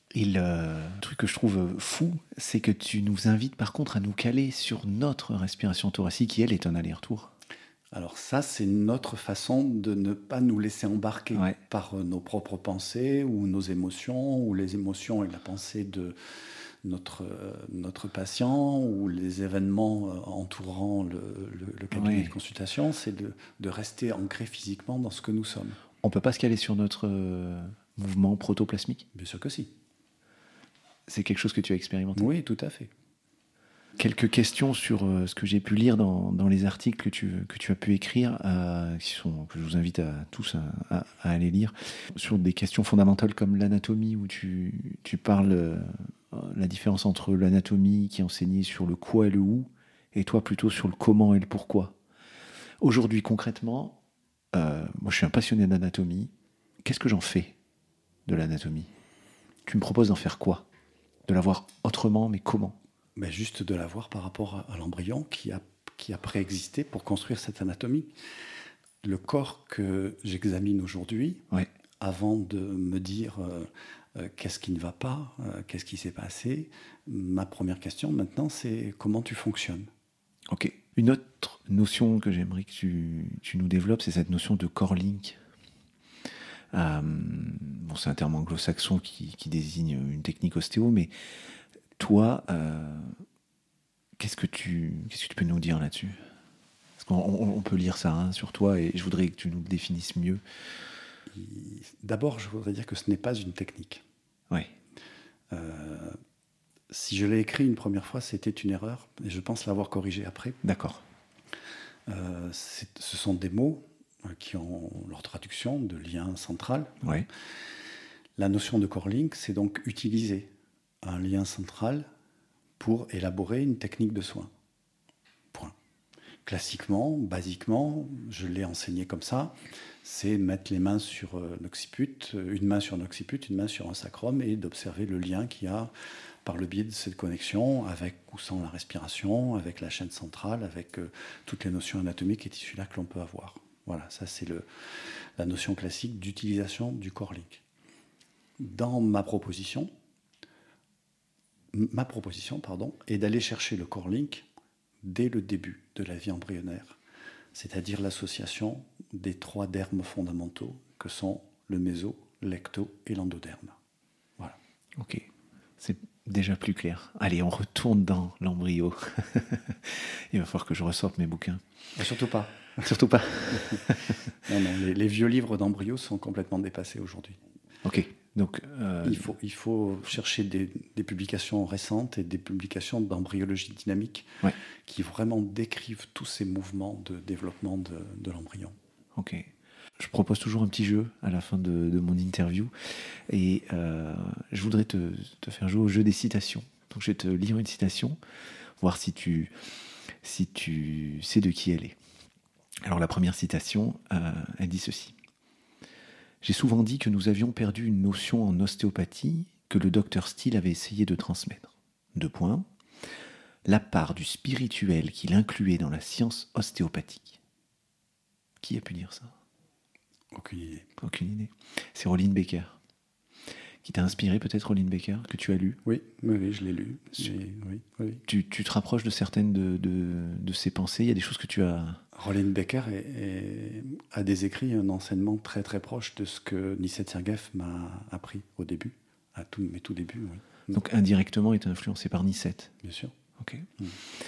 Et le truc que je trouve fou, c'est que tu nous invites par contre à nous caler sur notre respiration thoracique qui, elle, est un aller-retour. Alors ça, c'est notre façon de ne pas nous laisser embarquer Ouais. par nos propres pensées ou nos émotions, ou les émotions et la pensée de notre, notre patient, ou les événements entourant le, le, le cabinet Ouais. de consultation. C'est de, de rester ancré physiquement dans ce que nous sommes. On ne peut pas se caler sur notre euh, mouvement protoplasmique? Bien sûr que si. C'est quelque chose que tu as expérimenté? Oui, tout à fait. Quelques questions sur euh, ce que j'ai pu lire dans, dans les articles que tu, que tu as pu écrire, euh, qui sont, que je vous invite à tous à, à, à aller lire, sur des questions fondamentales comme l'anatomie, où tu, tu parles euh, la différence entre l'anatomie qui est enseignée sur le quoi et le où, et toi plutôt sur le comment et le pourquoi. Aujourd'hui, concrètement, euh, moi je suis un passionné d'anatomie. Qu'est-ce que j'en fais de l'anatomie? Tu me proposes d'en faire quoi? De la voir autrement, mais comment? Mais juste de la voir par rapport à, à l'embryon qui a, qui a préexisté pour construire cette anatomie. Le corps que j'examine aujourd'hui, ouais. avant de me dire euh, euh, qu'est-ce qui ne va pas, euh, qu'est-ce qui s'est passé, ma première question maintenant, c'est comment tu fonctionnes. Ok. Une autre notion que j'aimerais que tu, tu nous développes, c'est cette notion de core link. Euh, bon, c'est un terme anglo-saxon qui, qui désigne une technique ostéo, mais toi, euh, qu'est-ce que tu, qu'est-ce que tu peux nous dire là-dessus? Parce qu'on on, on peut lire ça hein, sur toi, et je voudrais que tu nous le définisses mieux. D'abord, je voudrais dire que ce n'est pas une technique. Ouais. Euh, si je l'ai écrit une première fois, c'était une erreur, et je pense l'avoir corrigé après. D'accord. Euh, ce sont des mots qui ont leur traduction de lien central. Ouais. La notion de core link, c'est donc utiliser un lien central pour élaborer une technique de soin. Point. Classiquement, basiquement, je l'ai enseigné comme ça, c'est mettre les mains sur l'occiput, une main sur un occiput, une main sur un sacrum, et d'observer le lien qu'il y a par le biais de cette connexion, avec ou sans la respiration, avec la chaîne centrale, avec euh, toutes les notions anatomiques et tissu-là que l'on peut avoir. Voilà, ça c'est le, la notion classique d'utilisation du core link. Dans ma proposition, ma proposition pardon, est d'aller chercher le core link dès le début de la vie embryonnaire, c'est-à-dire l'association des trois dermes fondamentaux que sont le méso, l'ecto et l'endoderme. Voilà. Ok, c'est déjà plus clair. Allez, on retourne dans l'embryo. Il va falloir que je ressorte mes bouquins. Et surtout pas. Surtout pas. Non, non, les, les vieux livres d'embryo sont complètement dépassés aujourd'hui. Ok. Donc, euh... il, faut, il faut chercher des, des publications récentes et des publications d'embryologie dynamique ouais. qui vraiment décrivent tous ces mouvements de développement de, de l'embryon. Ok. Je propose toujours un petit jeu à la fin de, de mon interview et euh, je voudrais te, te faire jouer au jeu des citations. Donc je vais te lire une citation, voir si tu, si tu sais de qui elle est. Alors la première citation, euh, elle dit ceci. J'ai souvent dit que nous avions perdu une notion en ostéopathie que le docteur Steele avait essayé de transmettre. Deux points. La part du spirituel qu'il incluait dans la science ostéopathique. Qui a pu dire ça? Aucune idée. Aucune idée. C'est Rolling Baker. Qui t'a inspiré peut-être, Rolling Baker, que tu as lu? Oui, oui, oui je l'ai lu. Mais, oui, oui. Tu, tu te rapproches de certaines de, de, de ses pensées? Il y a des choses que tu as... Rolling Baker est, est, a des écrits, un enseignement très très proche de ce que Nisset Sergev m'a appris au début, à tout, mes tout débuts. Oui. Donc indirectement, il est influencé par Nisset? Bien sûr. Ok. Mm.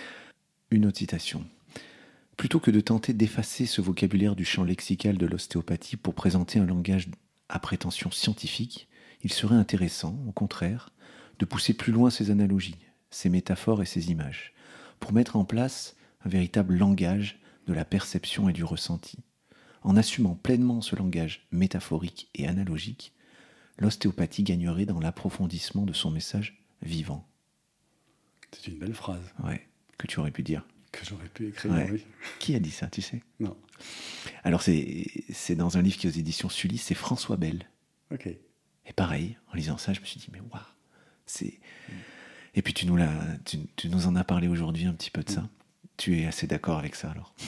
Une autre citation. Plutôt que de tenter d'effacer ce vocabulaire du champ lexical de l'ostéopathie pour présenter un langage à prétention scientifique, il serait intéressant, au contraire, de pousser plus loin ces analogies, ces métaphores et ces images, pour mettre en place un véritable langage de la perception et du ressenti. En assumant pleinement ce langage métaphorique et analogique, l'ostéopathie gagnerait dans l'approfondissement de son message vivant. C'est une belle phrase. Ouais, que tu aurais pu dire. Que j'aurais pu écrire, ouais. oui. Qui a dit ça, tu sais? Non. Alors, c'est, c'est dans un livre qui est aux éditions Sully, c'est François Bell. Ok. Et pareil, en lisant ça, je me suis dit, mais waouh, c'est... Mm. Et puis, tu nous, l'as, tu, tu nous en as parlé aujourd'hui un petit peu de ça. Mm. Tu es assez d'accord avec ça, alors.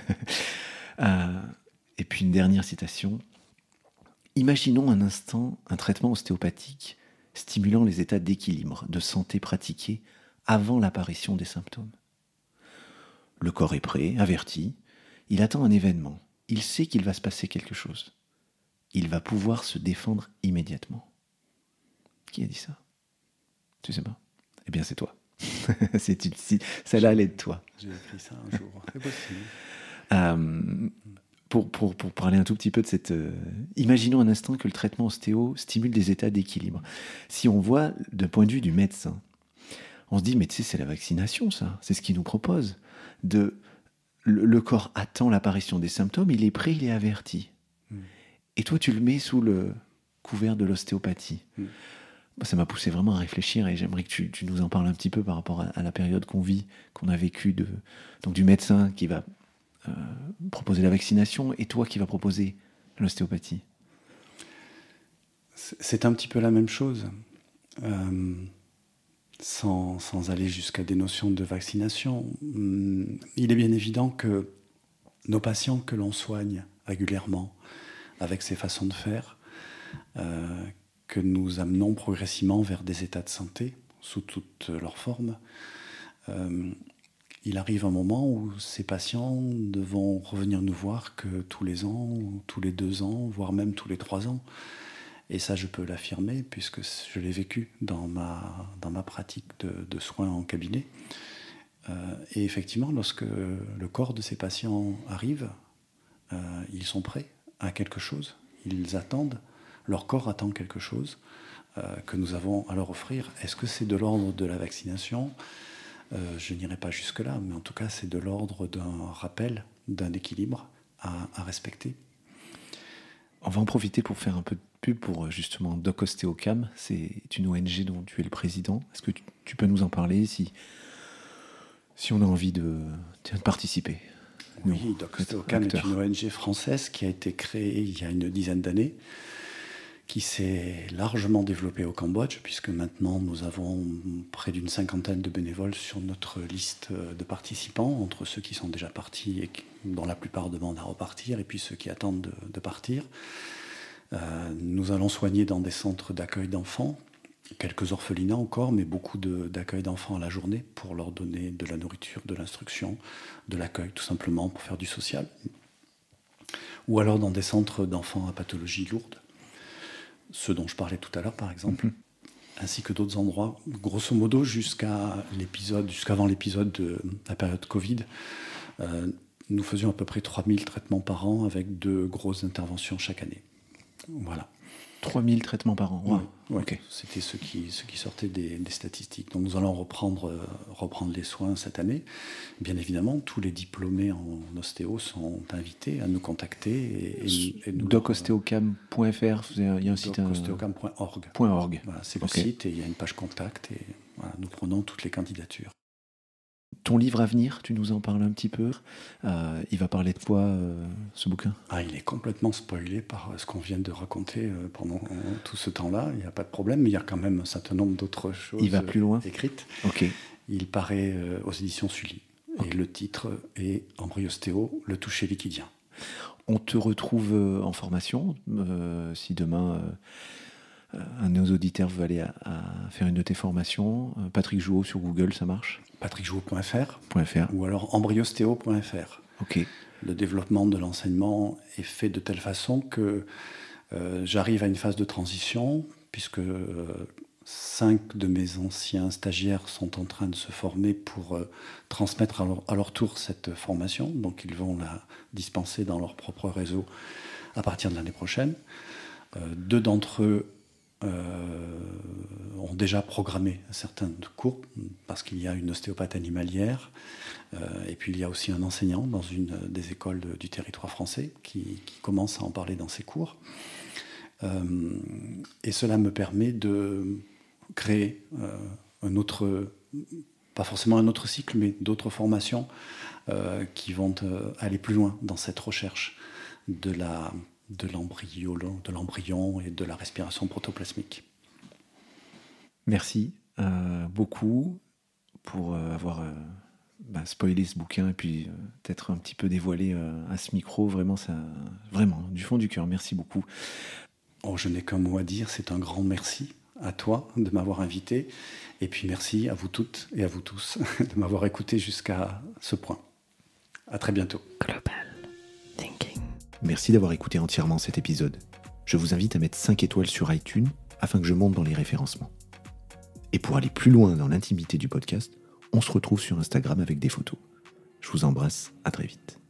euh, et puis, une dernière citation. Imaginons un instant un traitement ostéopathique stimulant les états d'équilibre, de santé pratiqués avant l'apparition des symptômes. Le corps est prêt, averti, il attend un événement, il sait qu'il va se passer quelque chose. Il va pouvoir se défendre immédiatement. Qui a dit ça ? Tu sais pas ? Eh bien, c'est toi. c'est une, si, celle-là, elle est de toi. J'ai écrit ça un jour, c'est possible. Euh, pour, pour, pour parler un tout petit peu de cette... Euh, imaginons un instant que le traitement ostéo stimule des états d'équilibre. Si on voit d'un point de vue du médecin, on se dit, mais tu sais, c'est la vaccination, ça. C'est ce qu'il nous propose. De, le, le corps attend l'apparition des symptômes, il est prêt, il est averti. Mm. Et toi, tu le mets sous le couvert de l'ostéopathie. Mm. Ça m'a poussé vraiment à réfléchir et j'aimerais que tu, tu nous en parles un petit peu par rapport à, à la période qu'on vit, qu'on a vécue, de, donc du médecin qui va euh, proposer la vaccination et toi qui vas proposer l'ostéopathie. C'est un petit peu la même chose, euh, sans, sans aller jusqu'à des notions de vaccination. Il est bien évident que nos patients que l'on soigne régulièrement avec ces façons de faire, euh, que nous amenons progressivement vers des états de santé sous toutes leurs formes. Euh, il arrive un moment où ces patients ne vont revenir nous voir que tous les ans, tous les deux ans, voire même tous les trois ans. Et ça, je peux l'affirmer puisque je l'ai vécu dans ma, dans ma pratique de, de soins en cabinet. Euh, et effectivement, lorsque le corps de ces patients arrive, euh, ils sont prêts à quelque chose, ils attendent. Leur corps attend quelque chose euh, que nous avons à leur offrir. Est-ce que c'est de l'ordre de la vaccination ? euh, Je n'irai pas jusque-là, mais en tout cas, c'est de l'ordre d'un rappel, d'un équilibre à, à respecter. On va en profiter pour faire un peu de pub pour justement Doc Ostéocam. C'est une O N G dont tu es le président. Est-ce que tu, tu peux nous en parler si, si on a envie de, de participer ? Oui, nous, Doc Ostéocam est une O N G française qui a été créée il y a une dizaine d'années, qui s'est largement développée au Cambodge, puisque maintenant nous avons près d'une cinquantaine de bénévoles sur notre liste de participants, entre ceux qui sont déjà partis et dont la plupart demandent à repartir, et puis ceux qui attendent de, de partir. Euh, nous allons soigner dans des centres d'accueil d'enfants, quelques orphelinats encore, mais beaucoup de, d'accueil d'enfants à la journée pour leur donner de la nourriture, de l'instruction, de l'accueil, tout simplement pour faire du social. Ou alors dans des centres d'enfants à pathologie lourde, ceux dont je parlais tout à l'heure, par exemple, mm-hmm. ainsi que d'autres endroits. Grosso modo, jusqu'à l'épisode, jusqu'avant l'épisode de la période Covid, euh, nous faisions à peu près trois mille traitements par an avec de grosses interventions chaque année. Voilà. trois mille traitements par an. Wow. Oui, oui. Okay. C'était ce qui, ce qui sortait des, des statistiques. Donc nous allons reprendre, euh, reprendre les soins cette année. Bien évidemment, tous les diplômés en ostéo sont invités à nous contacter. Et, et, et doc ostéocam point f r, il y a un site. doc ostéocam point org. .org. Voilà, c'est le okay. site et il y a une page contact et voilà, nous prenons toutes les candidatures. Ton livre à venir, tu nous en parles un petit peu. Euh, il va parler de quoi, euh, ce bouquin ? Ah, il est complètement spoilé par ce qu'on vient de raconter euh, pendant euh, tout ce temps-là. Il n'y a pas de problème, mais il y a quand même un certain nombre d'autres choses il va plus loin. euh, écrites. Okay. Il paraît euh, aux éditions Sully. Okay. Et le titre est Embryostéo, le toucher liquidien. On te retrouve euh, en formation, euh, si demain... Euh... un de nos auditeurs veut aller à, à faire une de tes formations. Patrick Jouot sur Google, ça marche ? patrick jouot point f r .fr ou alors embryostéo point f r. Ok. Le développement de l'enseignement est fait de telle façon que euh, j'arrive à une phase de transition, puisque euh, cinq de mes anciens stagiaires sont en train de se former pour euh, transmettre à leur, à leur tour cette formation. Donc ils vont la dispenser dans leur propre réseau à partir de l'année prochaine. Euh, deux d'entre eux Euh, ont déjà programmé certains cours parce qu'il y a une ostéopathe animalière euh, et puis il y a aussi un enseignant dans une des écoles de, du territoire français qui, qui commence à en parler dans ses cours euh, et cela me permet de créer euh, un autre, pas forcément un autre cycle, mais d'autres formations euh, qui vont euh, aller plus loin dans cette recherche de la de l'embryo, de l'embryon et de la respiration protoplasmique. Merci euh, beaucoup pour euh, avoir euh, bah, spoilé ce bouquin et puis euh, peut-être un petit peu dévoilé euh, à ce micro. Vraiment, ça, vraiment, du fond du cœur, merci beaucoup. Oh, je n'ai qu'un mot à dire, c'est un grand merci à toi de m'avoir invité. Et puis merci à vous toutes et à vous tous de m'avoir écouté jusqu'à ce point. À très bientôt. Global Thinking. Merci d'avoir écouté entièrement cet épisode. Je vous invite à mettre cinq étoiles sur iTunes afin que je monte dans les référencements. Et pour aller plus loin dans l'intimité du podcast, on se retrouve sur Instagram avec des photos. Je vous embrasse, à très vite.